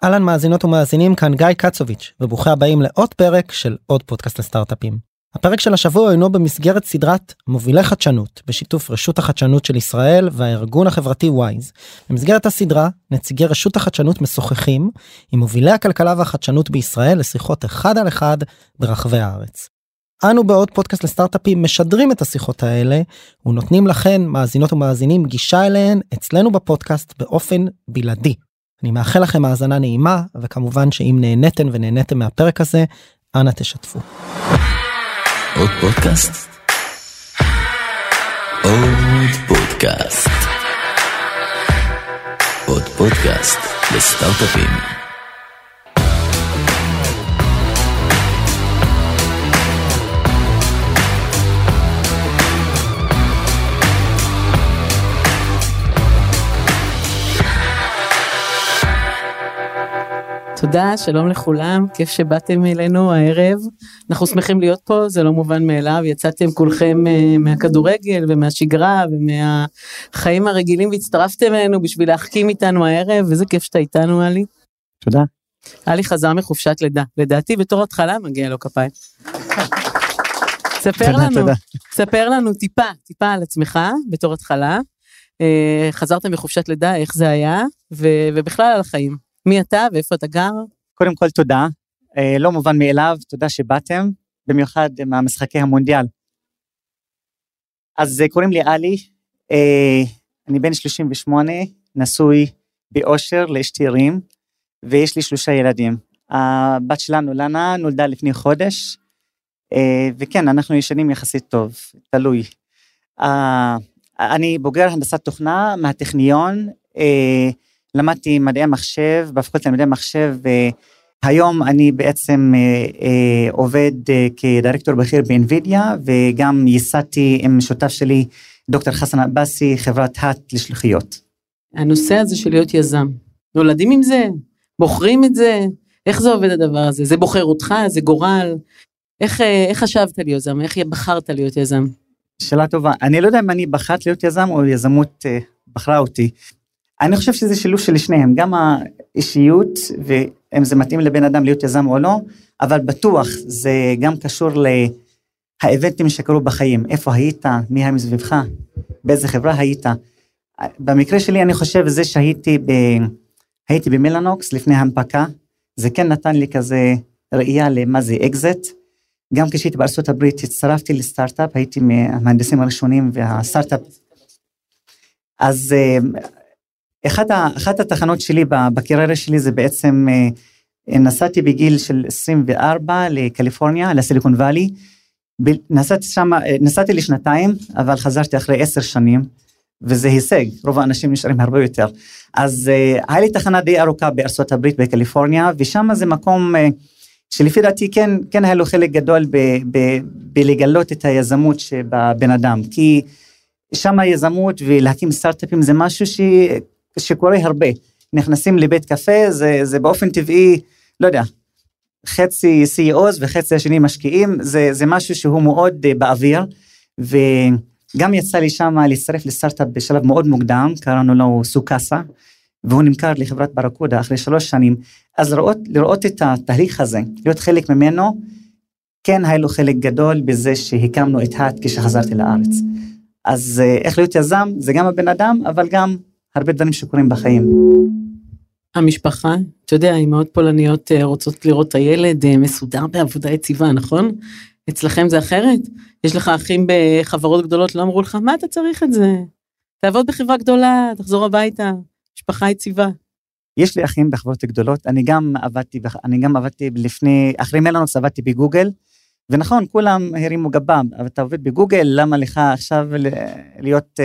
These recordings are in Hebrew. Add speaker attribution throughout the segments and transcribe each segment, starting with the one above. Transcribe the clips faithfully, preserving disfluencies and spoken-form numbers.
Speaker 1: אהלן מאזינות ומאזינים, כאן גיא קצוביץ', וברוכים הבאים לעוד פרק של עוד פודקאסט לסטארט-אפים. הפרק של השבוע אינו במסגרת סדרת מובילי חדשנות, בשיתוף רשות החדשנות של ישראל והארגון החברתי וויז. במסגרת הסדרה, נציגי רשות החדשנות משוחחים עם מובילי הכלכלה והחדשנות בישראל לשיחות אחד על אחד ברחבי הארץ. אנו בעוד פודקאסט לסטארט-אפים משדרים את השיחות האלה, ונותנים לכן, מאזינות ומאזינים, גישה אליהן אצלנו בפודקאסט באופן בלעדי. אני מאחל לכם האזנה נעימה, וכמובן שאם נהניתם ונהניתם מהפרק הזה, אנא תשתפו.
Speaker 2: עוד פודקאסט? עוד פודקאסט. עוד פודקאסט לסטארט-אפים.
Speaker 3: תודה, שלום לכולם, כיף שבאתם אלינו הערב, אנחנו שמחים להיות פה, זה לא מובן מאליו, יצאתם כולכם מהכדורגל ומהשגרה ומהחיים הרגילים והצטרפתם אלינו בשביל להחכים איתנו הערב, וזה כיף שאתה איתנו, אלי.
Speaker 4: תודה.
Speaker 3: אלי חזר מחופשת לידה, לדעתי בתור התחלה מגיע לו כפיים. ספר לנו, ספר לנו טיפה, טיפה על עצמך בתור התחלה, חזרת מחופשת לידה, איך זה היה, ובכלל על החיים. מי אתה ואיפה אתה גר?
Speaker 4: קודם כל תודה, אה, לא מובן מאליו, תודה שבאתם, במיוחד מהמשחקי המונדיאל. אז קוראים לי אלי, אה, אני בן שלושים ושמונה, נשוי באושר לאשתי רים, ויש לי שלושה ילדים. הבת שלנו לנה נולדה לפני חודש, אה, וכן, אנחנו ישנים יחסית טוב, תלוי. אה, אני בוגר הנדסת תוכנה מהטכניון, אה, למדתי מדעי מחשב, בפקולטה למדעי מחשב, והיום אני בעצם אה, אה, עובד אה, כדירקטור בכיר באנווידיה, וגם ייסדתי עם שותף שלי, דוקטור חסן עבאסי, חברת האט לשלוחיות.
Speaker 3: הנושא הזה של להיות יזם, נולדים עם זה, בוחרים את זה, איך זה עובד הדבר הזה? זה בוחר אותך, זה גורל, איך, איך חשבת להיות יזם, איך בחרת להיות יזם?
Speaker 4: שאלה טובה, אני לא יודע אם אני בחרת להיות יזם, או יזמות אה, בחרה אותי, אני חושב שזה שילוב של שניהם, גם האישיות, ואם זה מתאים לבן אדם להיות יזם או לא, אבל בטוח זה גם קשור לאבנטים שקרו בחיים, איפה היית, מי היה מסביבך, באיזה חברה היית. במקרה שלי אני חושב זה שהייתי ב... הייתי במלנוקס לפני ההנפקה, זה כן נתן לי כזה ראייה למה זה אקזיט, גם כשהייתי בארצות הברית הצטרפתי לסטארט-אפ, הייתי מהמהנדסים הראשונים והסטארט-אפ, אז... אחת, אחת התחנות שלי בקריירה שלי זה בעצם, נסעתי בגיל של עשרים וארבע לקליפורניה, לסיליקון ואלי, נסעתי שם, נסעתי לשנתיים, אבל חזרתי אחרי עשר שנים, וזה הישג, רוב האנשים נשארים הרבה יותר. אז היה לי תחנה די ארוכה בארצות הברית בקליפורניה, ושם זה מקום שלפי דעתי כן, כן היה לו חלק גדול ב, ב, בלגלות את היזמות שבבן אדם, כי שם היזמות ולהקים סטארט-אפים זה משהו ש... שקורה הרבה, נכנסים לבית קפה, זה, זה באופן טבעי, לא יודע, חצי סי אי או'ס וחצי השני משקיעים, זה, זה משהו שהוא מאוד באוויר, וגם יצא לי שם להצטרף לסטארט-אפ בשלב מאוד מוקדם, קראנו לו סוקאסה, והוא נמכר לחברת ברקודה אחרי שלוש שנים, אז לראות, לראות את התהליך הזה, להיות חלק ממנו, כן היה לו חלק גדול בזה שהקמנו את האט כשחזרתי לארץ. אז איך להיות יזם, זה גם הבן אדם, אבל גם הרבה דברים שקורים בחיים.
Speaker 3: המשפחה, אתה יודע, אמהות פולניות רוצות לראות את הילד מסודר בעבודה יציבה, נכון? אצלכם זה אחרת? יש לך אחים בחברות גדולות, לא אמרו לך, מה אתה צריך את זה? תעבוד בחברה גדולה, תחזור הביתה, משפחה יציבה.
Speaker 4: יש לי אחים בחברות גדולות, אני גם עבדתי, אני גם עבדתי לפני, אחרי מלנוקס עבדתי בגוגל, ונכון, כולם הרימו גבם, אבל אתה עובד בגוגל, למה לך עכשיו להיות...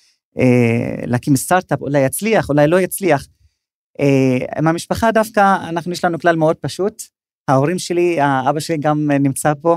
Speaker 4: להקים סטארט-אפ, אולי יצליח, אולי לא יצליח. עם המשפחה דווקא, אנחנו יש לנו כלל מאוד פשוט, ההורים שלי, האבא שלי גם נמצא פה,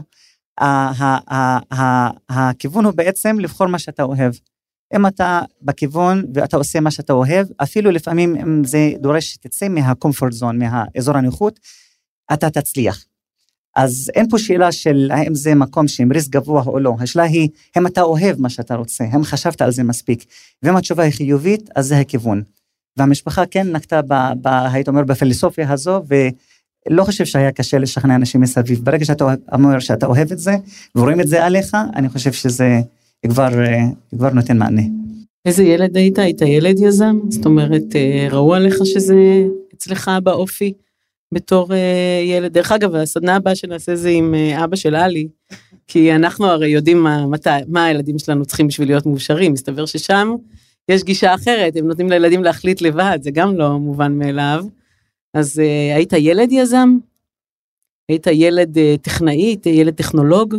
Speaker 4: הכיוון הוא בעצם לבחור מה שאתה אוהב. אם אתה בכיוון ואתה עושה מה שאתה אוהב, אפילו לפעמים אם זה דורש שתצא מהקומפורט זון, מהאזור הנוחות, אתה תצליח. אז אין פה שאלה של האם זה מקום שעם ריסק גבוה או לא, השאלה היא, אם אתה אוהב מה שאתה רוצה, אם חשבת על זה מספיק, ואם התשובה היא חיובית, אז זה הכיוון. והמשפחה כן נקטה, ב, ב, היית אומר, בפילוסופיה הזו, ולא חושב שהיה קשה לשכנע אנשים מסביב. ברגע שאתה אומר שאתה אוהב את זה, ורואים את זה עליך, אני חושב שזה כבר, כבר נותן מענה.
Speaker 3: איזה ילד היית? היית ילד יזם? זאת אומרת, ראו עליך שזה אצלך באופי, בתור ילד. דרך אגב, הסדנה הבאה שנעשה זה עם אבא של אלי, כי אנחנו הרי יודעים מה, מה, מה הילדים שלנו צריכים בשביל להיות מאושרים. מסתבר ששם יש גישה אחרת, הם נותנים לילדים להחליט לבד, זה גם לא מובן מאליו. אז uh, היית ילד יזם? היית ילד uh, טכנאי? היית ילד טכנולוג?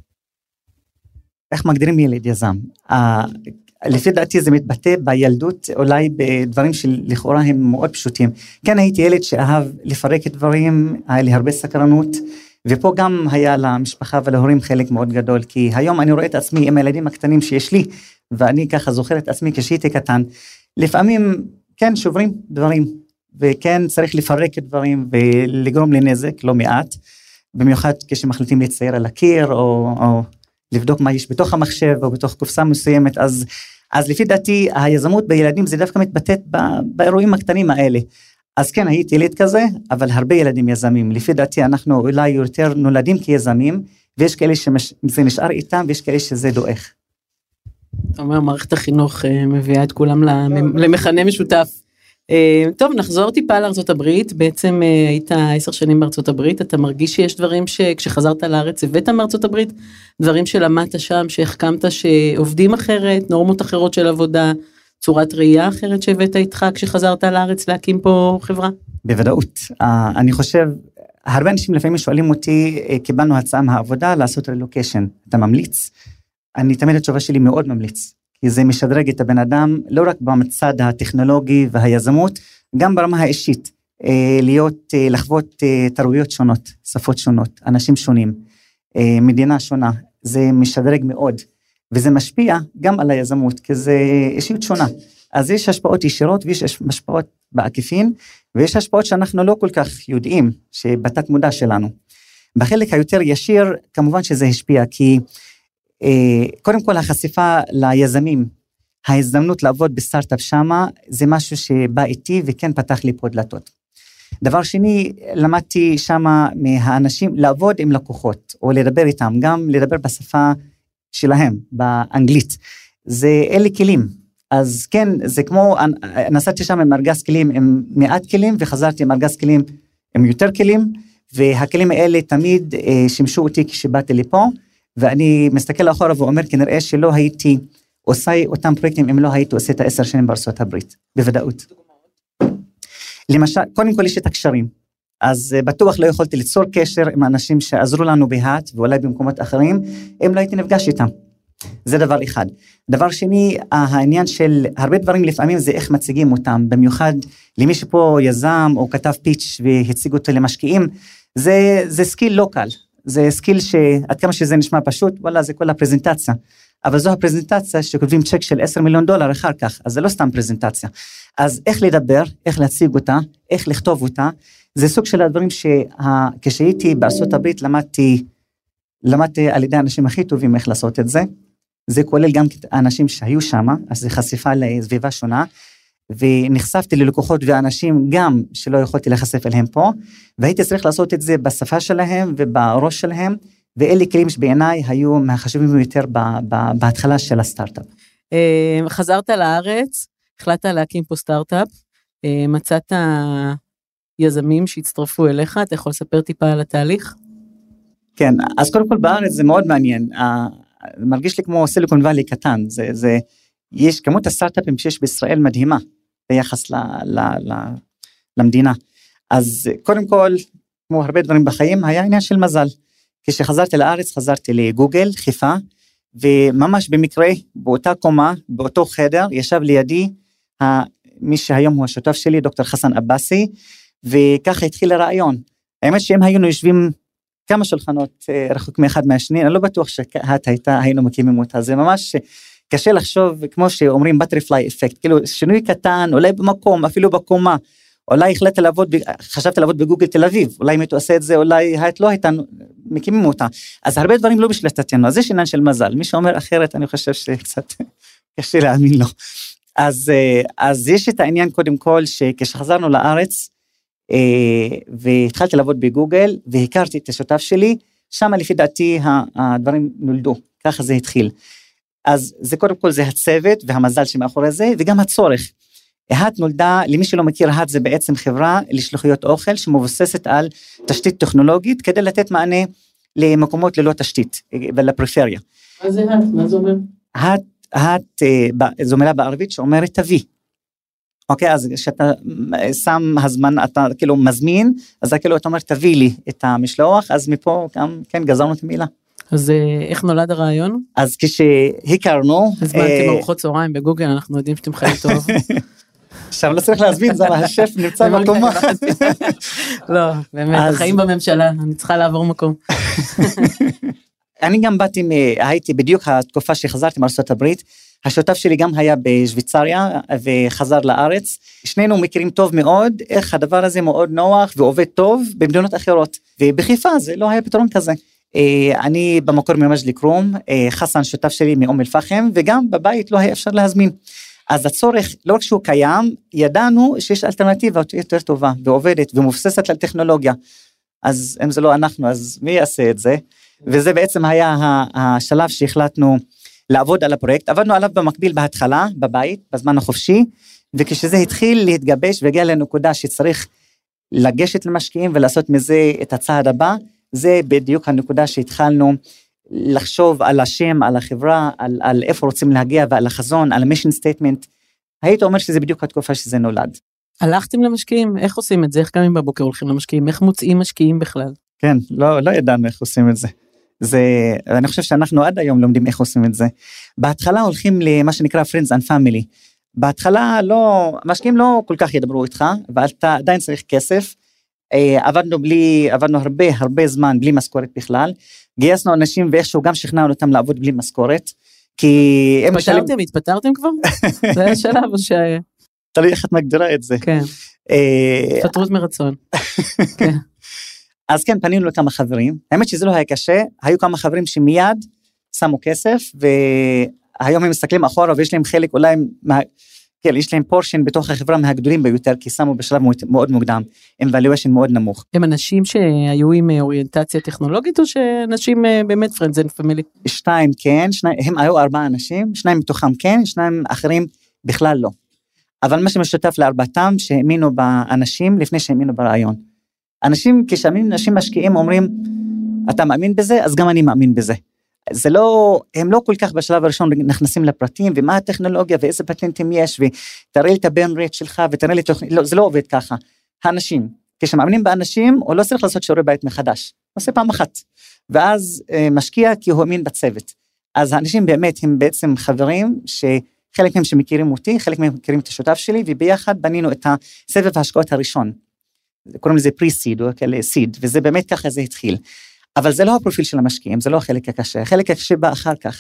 Speaker 4: איך מגדירים ילד יזם? Uh, לפי דעתי זה מתבטא בילדות, אולי בדברים שלכאורה הם מאוד פשוטים. כן, הייתי ילד שאהב לפרק את דברים, היה לי הרבה סקרנות, ופה גם היה למשפחה ולהורים חלק מאוד גדול, כי היום אני רואה את עצמי עם הילדים הקטנים שיש לי, ואני ככה זוכר את עצמי כשהייתי קטן, לפעמים כן שוברים דברים, וכן צריך לפרק את דברים ולגרום לנזק, לא מעט, במיוחד כשמחליטים להצייר על הקיר, או, או לבדוק מה יש בתוך המחשב, או בתוך קופסה מסוימת, אז, אז לפי דעתי היזמות בילדים זה דווקא מתבטאת באירועים הקטנים האלה, אז כן, הייתי ילד כזה, אבל הרבה ילדים יזמים. לפי דעתי אנחנו אולי יותר נולדים כיזמים, ויש כאלה שזה נשאר איתם, ויש כאלה שזה דועך.
Speaker 3: אתה אומר, מערכת החינוך מביאה את כולם למחנה משותף. טוב, נחזור טיפה לארצות הברית, בעצם היית עשר שנים בארצות הברית, אתה מרגיש שיש דברים שכשחזרת לארץ הבאת מארצות הברית, דברים שלמדת שם, שהחכמת שעובדים אחרת, נורמות אחרות של עבודה, צורת ראייה אחרת שהבאת איתך כשחזרת לארץ להקים פה חברה?
Speaker 4: בוודאות. אני חושב, הרבה אנשים לפעמים שואלים אותי, קיבלנו הצעה מהעבודה לעשות רילוקיישן, אתה ממליץ? אני תמיד התשובה שלי מאוד ממליץ, כי זה משדרג את הבן אדם, לא רק במצד הטכנולוגי והיזמות, גם ברמה האישית, להיות, לחוות תרבויות שונות, שפות שונות, אנשים שונים, מדינה שונה, זה משדרג מאוד, וזה משפיע גם על היזמות, כי זה אישיות שונה. אז יש השפעות ישירות, ויש השפעות בעקיפין, ויש השפעות שאנחנו לא כל כך יודעים, שבתת מודע שלנו. בחלק היותר ישיר, כמובן שזה השפיע, כי אה, קודם כל החשיפה ליזמים, ההזדמנות לעבוד בסטארט-אפ שמה, זה משהו שבא איתי, וכן פתח לי פה דלתות. דבר שני, למדתי שמה מהאנשים, לעבוד עם לקוחות, או לדבר איתם, גם לדבר בשפה שלהם, באנגלית, זה אלה כלים, אז כן, זה כמו, נסעתי שם עם ארגז כלים, עם מעט כלים, וחזרתי עם ארגז כלים, עם יותר כלים, והכלים האלה תמיד אה, שימשו אותי כשבאתי לפה, ואני מסתכל אחורה ואומר, כנראה שלא הייתי עושה אותם פרויקטים, אם לא הייתי עושה את העשר שנים בארצות הברית, בוודאות. למשל, קודם כל יש את הקשרים, אז בטוח לא יכולתי ליצור קשר עם האנשים שעזרו לנו בהת, ואולי במקומות אחרים, אם לא הייתי נפגש איתם. זה דבר אחד. דבר שני, העניין של הרבה דברים לפעמים זה איך מציגים אותם, במיוחד למי שפה יזם או כתב פיץ' והציג אותו למשקיעים, זה, זה סקיל לוקל, זה סקיל שעד כמה שזה נשמע פשוט, וואלה זה כל הפרזנטציה, אבל זו הפרזנטציה שכותבים צ'ק של עשרה מיליון דולר אחר כך, אז זה לא סתם פרזנטציה. אז איך לדבר, איך להציג אותה, איך לכתוב אותה, זה סוג של הדברים שכשהייתי בארצות הברית למדתי, למדתי על ידי האנשים הכי טובים איך לעשות את זה, זה כולל גם האנשים שהיו שם, אז זה חשיפה לסביבה שונה, ונחשפתי ללקוחות ואנשים גם שלא יכולתי לחשף אליהם פה, והייתי צריך לעשות את זה בשפה שלהם ובראש שלהם, ואלה כלים שבעיניי היו מהחשובים ביותר בהתחלה של הסטארט-אפ.
Speaker 3: חזרת לארץ, החלטת להקים פה סטארט-אפ, מצאת יזמים שהצטרפו אליך, אתה יכול לספר טיפה על התהליך?
Speaker 4: כן, אז קודם כל בארץ זה מאוד מעניין, מרגיש לי כמו סיליקון ואלי קטן, זה, זה, יש כמות הסטארט-אפים שיש בישראל מדהימה, ביחס ל, ל, ל, למדינה, אז קודם כל, כמו הרבה דברים בחיים, היה עניין של מזל, כשחזרתי לארץ, חזרתי לגוגל, חיפה, וממש במקרה, באותה קומה, באותו חדר, ישב לידי, מי שהיום הוא השותף שלי, דוקטור חסן אבאסי, וככה התחיל הרעיון. האמת שהם היינו יושבים כמה שולחנות רחוק מאחד מהשני, אני לא בטוח שאת הייתה, היינו מקימים אותה, זה ממש קשה לחשוב, כמו שאומרים butterfly effect, כאילו שינוי קטן, אולי במקום, אפילו בקומה, אולי החלטת לעבוד, חשבתי לעבוד בגוגל תל אביב, אולי אם אתה עושה את זה, אולי היית לא הייתה, מקימים אותה, אז הרבה דברים לא בשלטתנו, אז זה עניין של מזל, מי שאומר אחרת, אני חושב שקצת קשה להאמין לו, אז, אז יש את העניין קודם כל, שכשחזרנו לארץ, והתחלתי לעבוד בגוגל, והכרתי את השותף שלי, שם לפי דעתי הדברים נולדו, ככה זה התחיל. אז זה קודם כל זה הצוות והמזל שמאחורי זה, וגם הצורך. האט נולדה, למי שלא מכיר, האט זה בעצם חברה לשלוחיות אוכל, שמבוססת על תשתית טכנולוגית, כדי לתת מענה למקומות ללא תשתית, ולפריפריה.
Speaker 3: מה זה האט? מה זה אומר?
Speaker 4: האט, האט, זו מילה בערבית שאומרת תביא. אוקיי, אז כשאתה שם הזמן, אתה כאילו מזמין, אז כאילו אתה אומר תביא לי את המשלוח, אז מפה גם, כן, גזרנו את המילה.
Speaker 3: אז איך נולד הרעיון?
Speaker 4: אז כשהכרנו...
Speaker 3: הזמנתם ארוחות צהריים בגוגל, אנחנו יודעים שאתם חיים טוב.
Speaker 4: עכשיו לא צריך להזמין, זה השף נמצא בקומה.
Speaker 3: לא, באמת, החיים בממשלה, אני צריכה לעבור מקום.
Speaker 4: אני גם באתי, הייתי בדיוק התקופה שחזרתי מארצות הברית, השותף שלי גם היה בשוויצריה וחזר לארץ, שנינו מכירים טוב מאוד איך הדבר הזה מאוד נוח ועובד טוב במדינות אחרות, ובחיפה זה לא היה פתרון כזה. אני במקור ממג'ד אל-כרום, חסן שותף שלי מאום אל-פחם, וגם בבית לא היה אפשר להזמין. אז הצורך, לא רק שהוא קיים, ידענו שיש אלטרנטיבה יותר טובה ועובדת ומובססת לטכנולוגיה. אז אם זה לא אנחנו, אז מי יעשה את זה? וזה בעצם היה השלב שהחלטנו לעבוד על הפרויקט. עבדנו עליו במקביל בהתחלה, בבית, בזמן החופשי, וכשזה התחיל להתגבש והגיע לנקודה שצריך לגשת למשקיעים ולעשות מזה את הצעד הבא, זה בדיוק הנקודה שהתחלנו לחשוב על השם, על החברה, על, על איפה רוצים להגיע ועל החזון, על המישן סטייטמנט. היית אומר שזה בדיוק התקופה שזה נולד.
Speaker 3: הלכתם למשקיעים? איך עושים את זה? איך קמים בבוקר הולכים למשקיעים? איך מוצאים משקיעים בכלל?
Speaker 4: כן, לא, לא ידענו איך עושים את זה. זה, אני חושב שאנחנו עד היום לומדים איך עושים את זה. בהתחלה הולכים למה שנקרא Friends and Family. בהתחלה לא, המשקיעים לא כל כך ידברו איתך, ואתה עדיין צריך כסף. עבדנו בלי, עבדנו הרבה, הרבה זמן בלי משכורת בכלל. גייסנו אנשים ואיכשהו גם שכנענו אותם לעבוד בלי משכורת. כי הם
Speaker 3: משלם... התפטרתם, התפטרתם כבר? זה היה שלב או שהיה?
Speaker 4: תלוי איך את מגדירה את זה.
Speaker 3: כן. התפטרות מרצון. כן.
Speaker 4: אז כן, פנינו לכמה חברים, האמת שזה לא היה קשה, היו כמה חברים שמיד שמו כסף, והיום הם מסתכלים אחורה, ויש להם חלק אולי, מה, כן, יש להם פורשן בתוך החברה מהגדולים ביותר, כי שמו בשלב מאוד מוקדם, עם valuation מאוד נמוך.
Speaker 3: הם אנשים שהיו עם אוריינטציה טכנולוגית, או שאנשים באמת friends and family?
Speaker 4: שניים כן, שניים, הם היו ארבעה אנשים, שניים מתוכם כן, שניים אחרים בכלל לא. אבל מה שמשותף לארבעתם, שהאמינו באנשים לפני שהאמינו ברעיון. אנשים, כשאמין, אנשים משקיעים אומרים, אתה מאמין בזה, אז גם אני מאמין בזה. זה לא, הם לא כל כך בשלב הראשון נכנסים לפרטים, ומה הטכנולוגיה, ואיזה פטנטים יש, ותראה לי את הבן רייט שלך, ותראה לי תוכנית, לא, זה לא עובד ככה. האנשים, כשמאמינים באנשים, הוא לא צריך לעשות שיעורי בית מחדש, הוא עושה פעם אחת, ואז משקיע כי הוא האמין בצוות. אז האנשים באמת הם בעצם חברים, שחלק מהם שמכירים אותי, חלק מהם מכירים את השותף שלי, וביחד בנינו את הסבב ההשקעות הראשון. קוראים לזה פרי-סיד, או כאלה סיד, וזה באמת ככה זה התחיל. אבל זה לא הפרופיל של המשקיעים, זה לא החלק הקשה, החלק הקשה בא אחר כך.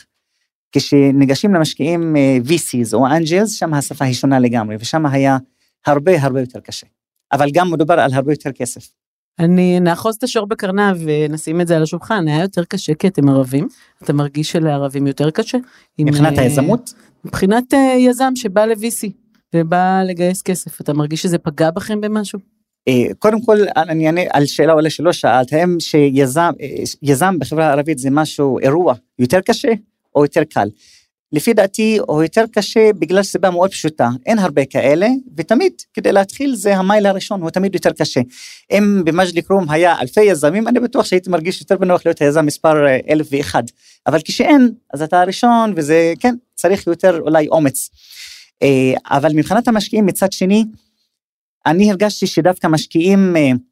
Speaker 4: כשניגשים למשקיעים וי סיז או אנג'לס, שם השפה היא שונה לגמרי, ושם היה הרבה הרבה יותר קשה. אבל גם מדובר על הרבה יותר כסף.
Speaker 3: אני נאחוז את השור בקרניו ונשים את זה על השולחן, היה יותר קשה כי אתם ערבים, אתה מרגיש שלערבים יותר קשה?
Speaker 4: מבחינת היזמות?
Speaker 3: מבחינת יזם שבא ל-וי סי, ובא לגייס כסף, אתה מרגיש שזה פגע בכם במשהו?
Speaker 4: קודם כל, אני אענה על שאלה אולי שלא שאלת, הם שיזם יזם בחברה הערבית זה משהו, אירוע, יותר קשה או יותר קל? לפי דעתי, או יותר קשה בגלל סיבה מאוד פשוטה, אין הרבה כאלה, ותמיד כדי להתחיל זה המייל הראשון, הוא תמיד יותר קשה. אם במג'ד אל-כרום היה אלפי יזמים, אני בטוח שהייתי מרגיש יותר בנוח להיות היזם מספר אלף ואחד, אבל כשאין, אז אתה הראשון, וזה כן, צריך יותר אולי אומץ. אבל מבחינת המשקיעים מצד שני, אני הרגשתי שדווקא משקיעים,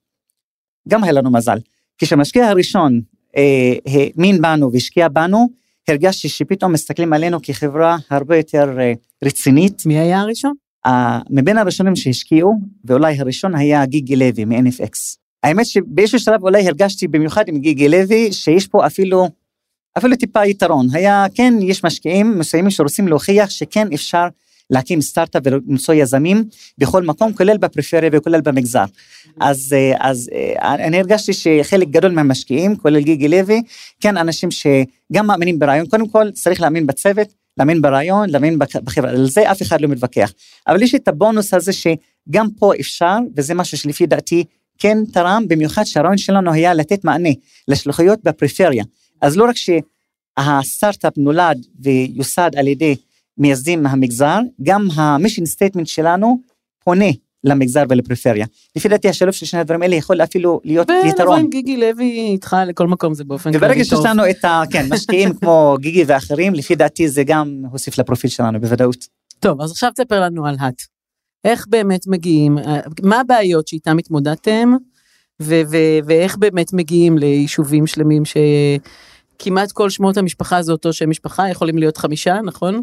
Speaker 4: גם היה לנו מזל, כשהמשקיע הראשון האמין בנו והשקיע בנו, הרגשתי שפתאום מסתכלים עלינו כחברה הרבה יותר רצינית.
Speaker 3: מי היה הראשון?
Speaker 4: מבין הראשונים שהשקיעו, ואולי הראשון היה גיגי לוי מ-אן אף אקס. האמת שבאיזשהו שלב אולי הרגשתי במיוחד עם גיגי לוי, שיש פה אפילו, אפילו טיפה יתרון. היה, כן, יש משקיעים מסוימים שרוצים להוכיח שכן אפשר להקים סטארט-אפ ולמצוא יזמים בכל מקום, כולל בפריפריה וכולל במגזר. אז, אז אני הרגשתי שחלק גדול מהמשקיעים, כולל גיגי לוי, כן אנשים שגם מאמינים ברעיון, קודם כל צריך להאמין בצוות, להאמין ברעיון, להאמין בחברה, על זה אף אחד לא מתווכח. אבל יש את הבונוס הזה שגם פה אפשר, וזה משהו שלפי דעתי כן תרם, במיוחד שהרעיון שלנו היה לתת מענה לשלוחיות בפריפריה. אז לא רק שהסטארט-אפ נולד ויוסד על ידי מייסדים מהמגזר, גם המישן סטייטמנט שלנו פונה למגזר ולפריפריה. לפי דעתי השלב של שני הדברים האלה יכול אפילו להיות יתרון.
Speaker 3: ולבוא גיגי לוי איתך לכל מקום זה באופן כללי טוב.
Speaker 4: וברגע שיש לנו את ה... כן, משקיעים כמו גיגי ואחרים, לפי דעתי זה גם הוסיף לפרופיל שלנו בוודאות.
Speaker 3: טוב, אז עכשיו תספר לנו על האט. איך באמת מגיעים, מה הבעיות שאיתם התמודדתם, ו- ו- ואיך באמת מגיעים ליישובים שלמים שכמעט כל שמות המשפחה זה אותו שם משפחה, יכולים להיות חמישה, נכון?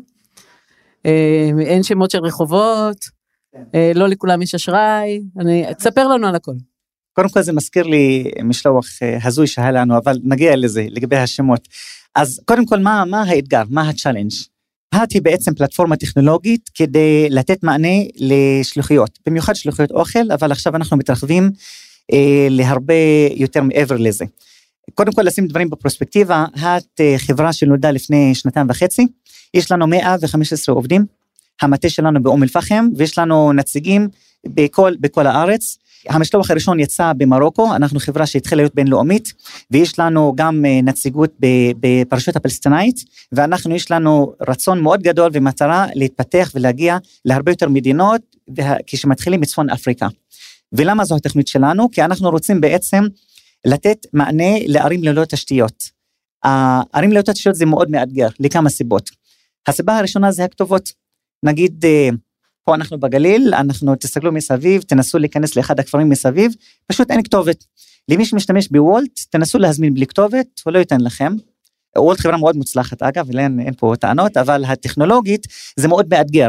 Speaker 3: אין שמות של רחובות, לא לכולם יש אשראי, תספר לנו על הכל.
Speaker 4: קודם כל זה מזכיר לי משלוח הזוי שהיה לנו, אבל נגיע לזה, לגבי השמות. אז קודם כל מה, מה האתגר, מה הצ'אלנג'? האט היא בעצם פלטפורמה טכנולוגית כדי לתת מענה לשלוחיות, במיוחד שלוחיות אוכל, אבל עכשיו אנחנו מתרחבים אה, להרבה יותר מעבר לזה. קודם כל לשים דברים בפרספקטיבה, האט חברה שנולדה לפני שנתיים וחצי, יש לנו מאה וחמש עשרה עובדים, המטה שלנו באום אל-פחם, ויש לנו נציגים בכל, בכל הארץ. המשלוח הראשון יצא במרוקו, אנחנו חברה שהתחילה להיות בינלאומית, ויש לנו גם נציגות בפרשות הפלסטינאית, ואנחנו יש לנו רצון מאוד גדול ומטרה להתפתח ולהגיע להרבה יותר מדינות, כשמתחילים מצפון אפריקה. ולמה זו התוכנית שלנו? כי אנחנו רוצים בעצם לתת מענה לערים ללא תשתיות. הערים ללא תשתיות זה מאוד מאתגר, לכמה סיבות. הסיבה הראשונה זה הכתובות. נגיד, פה אנחנו בגליל, אנחנו תסתכלו מסביב, תנסו להיכנס לאחד הכפרים מסביב, פשוט אין כתובת. למי שמשתמש בוולט, תנסו להזמין בלי כתובת, הוא לא ייתן לכם. וולט חברה מאוד מוצלחת אגב, אין, אין פה טענות, אבל הטכנולוגית זה מאוד מאתגר.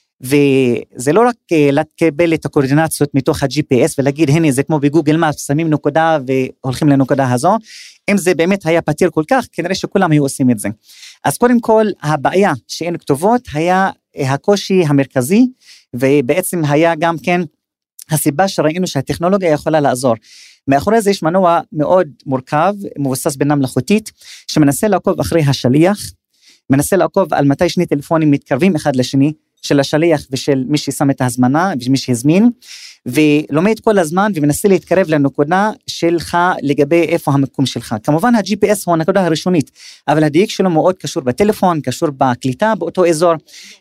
Speaker 4: וזה לא רק לקבל את הקורדינציות מתוך ה-ג'י פי אס, ולהגיד, הנה זה כמו בגוגל מאפ, שמים נקודה והולכים לנקודה הזו, אם זה באמת היה פתיר כל כך, כנראה שכולם היו עושים את זה. אז קודם כל, הבעיה שאין כתובות, היה הקושי המרכזי, ובעצם היה גם כן הסיבה שראינו שהטכנולוגיה יכולה לעזור. מאחורי זה יש מנוע מאוד מורכב, מבוסס בינה מלאכותית, שמנסה לעקוב אחרי השליח, מנסה לעקוב על מתי שני טלפונים מתקרבים אחד לשני, של השליח ושל מי ששם את ההזמנה, ומי שהזמין, ולומד כל הזמן ומנסה להתקרב לנקודה שלך לגבי איפה המקום שלך. כמובן ה-ג'י פי אס הוא הנקודה הראשונית, אבל הדיוק שלו מאוד קשור בטלפון, קשור בקליטה באותו אזור,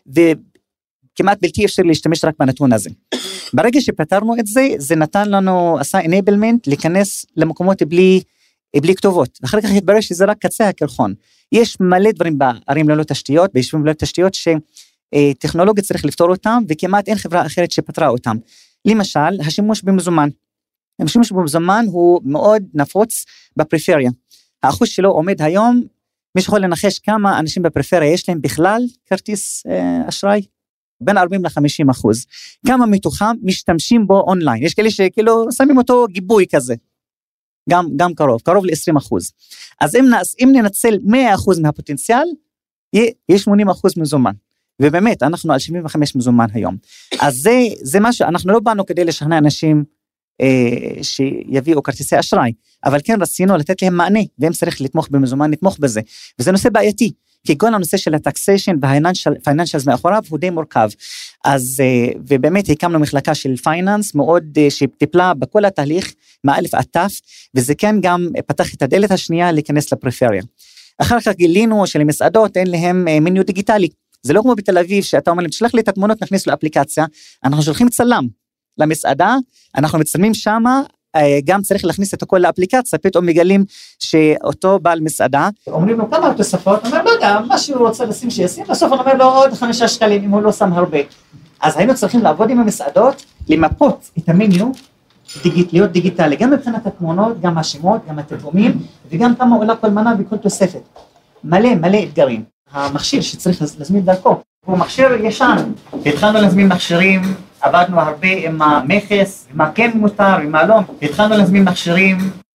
Speaker 4: וכמעט בלתי אפשר להשתמש רק בנתון הזה. ברגע שפתרנו את זה, זה נתן לנו, עשה enablement להיכנס למקומות בלי, בלי כתובות. ואחר כך התברר שזה רק קצה הקרחון. יש מלא דברים בערים ללא תשתיות, ביישובים ללא תשתיות שטכנולוגיה צריך לפתור אותם, וכמעט אין חברה אחרת שפתרה אותם. למשל, השימוש במזומן. השימוש במזומן הוא מאוד נפוץ בפריפריה. האחוז שלו עומד היום, מי שיכול לנחש כמה אנשים בפריפריה יש להם בכלל כרטיס אה, אשראי? בין ארבעים לחמישים אחוז. כמה מתוכם משתמשים בו אונליין? יש כאלה שכאילו שמים אותו גיבוי כזה. גם, גם קרוב, קרוב ל-עשרים אחוז. אז אם, אם ננצל מאה אחוז מהפוטנציאל, יש שמונים אחוז מזומן. ובאמת, אנחנו על שבעים וחמש מזומן היום. אז זה, זה משהו, אנחנו לא באנו כדי לשכנע אנשים אה, שיביאו כרטיסי אשראי, אבל כן רצינו לתת להם מענה, והם צריך לתמוך במזומן, נתמוך בזה. וזה נושא בעייתי, כי כל הנושא של הטקסיישן והפייננשלס מאחוריו הוא די מורכב. אז, אה, ובאמת הקמנו מחלקה של פייננס, מאוד אה, שטיפלה בכל התהליך, מאלף עד תף, וזה כן גם פתח את הדלת השנייה להיכנס לפריפריה. אחר כך גילינו שלמסעדות אין להם אה, מניו דיגיטלי, זה לא כמו בתל אביב, שאתה אומר להם, תשלח לי את התמונות, נכניס לאפליקציה, אנחנו שולחים צלם למסעדה, אנחנו מצלמים שמה, גם צריך להכניס את הכל לאפליקציה, פתאום מגלים שאותו בעל מסעדה, אומרים לו כמה תוספות, אומר, לא יודע, מה שהוא רוצה לשים שישים, בסוף הוא אומר לו עוד חמישה שקלים, אם הוא לא שם הרבה. אז היינו צריכים לעבוד עם המסעדות, למפות את המניו, דיגיט, להיות דיגיטלי, גם מבחינת התמונות, גם השמות, גם התרגומים, וגם כמה עולה כל מנה וכל תוספת. מלא, מלא אתגרים. המכשיר שצריך להזמין דרכו, הוא מכשיר ישן, התחלנו להזמין מכשירים, עבדנו הרבה עם המכס, מה כן מותר ומה לא, התחלנו להזמין מכשירים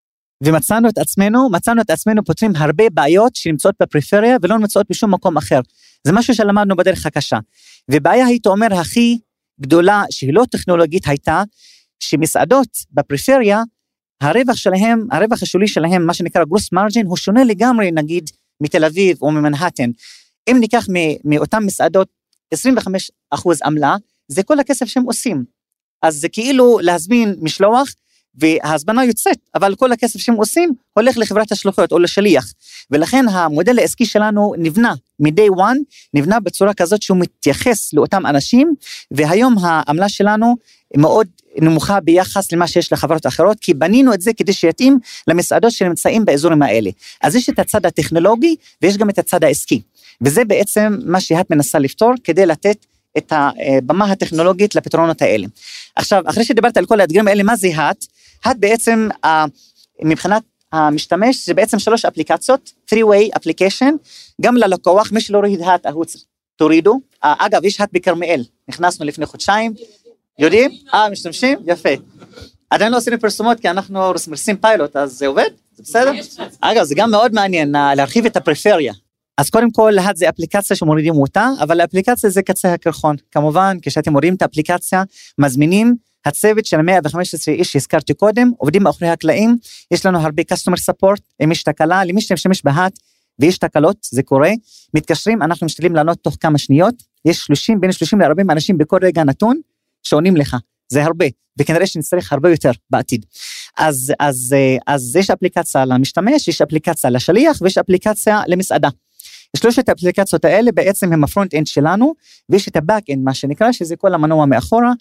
Speaker 4: ומצאנו את עצמנו, מצאנו את עצמנו פותרים הרבה בעיות שנמצאות בפריפריה ולא נמצאות בשום מקום אחר. זה משהו שלמדנו בדרך הקשה. ובעיה היית אומר הכי גדולה שהיא לא טכנולוגית הייתה, שמסעדות בפריפריה, הרווח שלהם, הרווח השולי שלהם, מה שנקרא גרוס מרג'ין, הוא שונה לגמרי נגיד מתל אביב או ממנהטן. אם ניקח מאותן מסעדות עשרים וחמישה אחוז עמלה, זה כל הכסף שהם עושים. אז זה כאילו להזמין משלוח, וההזמנה יוצאת, אבל כל הכסף שהם עושים, הולך לחברת השלוחיות או לשליח. ולכן המודל העסקי שלנו נבנה, מ-day one, נבנה בצורה כזאת שהוא מתייחס לאותם אנשים, והיום העמלה שלנו מאוד נמוכה ביחס למה שיש לחברות אחרות, כי בנינו את זה כדי שיתאים למסעדות שנמצאים באזורים האלה. אז יש את הצד הטכנולוגי, ויש גם את הצד העסקי. וזה בעצם מה שאת מנסה לפתור, כדי לתת את הבמה הטכנולוגית לפתרונות האלה. עכשיו, אחרי שדיברת על כל האתגרים האלה, מה זה את? את בעצם, מבחינת המשתמש, זה בעצם שלוש אפליקציות, three-way application, גם ללקוח, מי שלא רויד את, תורידו. אגב, יש את בכרמיאל, נכנסנו לפני חודשיים, יודעים? אה, משתמשים? יפה. עדיין לא עשינו פרסומות, כי אנחנו מרסים פיילוט, אז זה עובד? זה בסדר? אגב, זה גם מאוד מעניין, להרחיב את הפריפריה. אז קודם כל, להד זה אפליקציה שמורידים אותה, אבל האפליקציה זה קצה הקרחון. כמובן, כשאתם מורידים את האפליקציה, מזמינים, הצוות של מאה וחמש עשרה איש שהזכרתי קודם, עובדים מאחורי הקלעים, יש לנו הרבה customer support, אם יש תקלה, למי שמשתמש בהת, ויש תקלות, זה קורה, מתקשרים, אנחנו משתדלים לענות תוך כמה שניות, יש שלושים, בין שלושים ל-ארבעים אנשים בכל רגע נתון, שעונים לך, זה הרבה, וכנראה שנצטרך הרבה יותר בעתיד. אז, אז, אז יש אפליקציה למשתמש, יש אפליקציה לשליח, ויש אפליקציה למסעדה. שלושת האפליקציות האלה בעצם הם הפרונט אנד שלנו, ויש את הבק אנד, מה שנקרא, שזה כל המנוע מאחורה,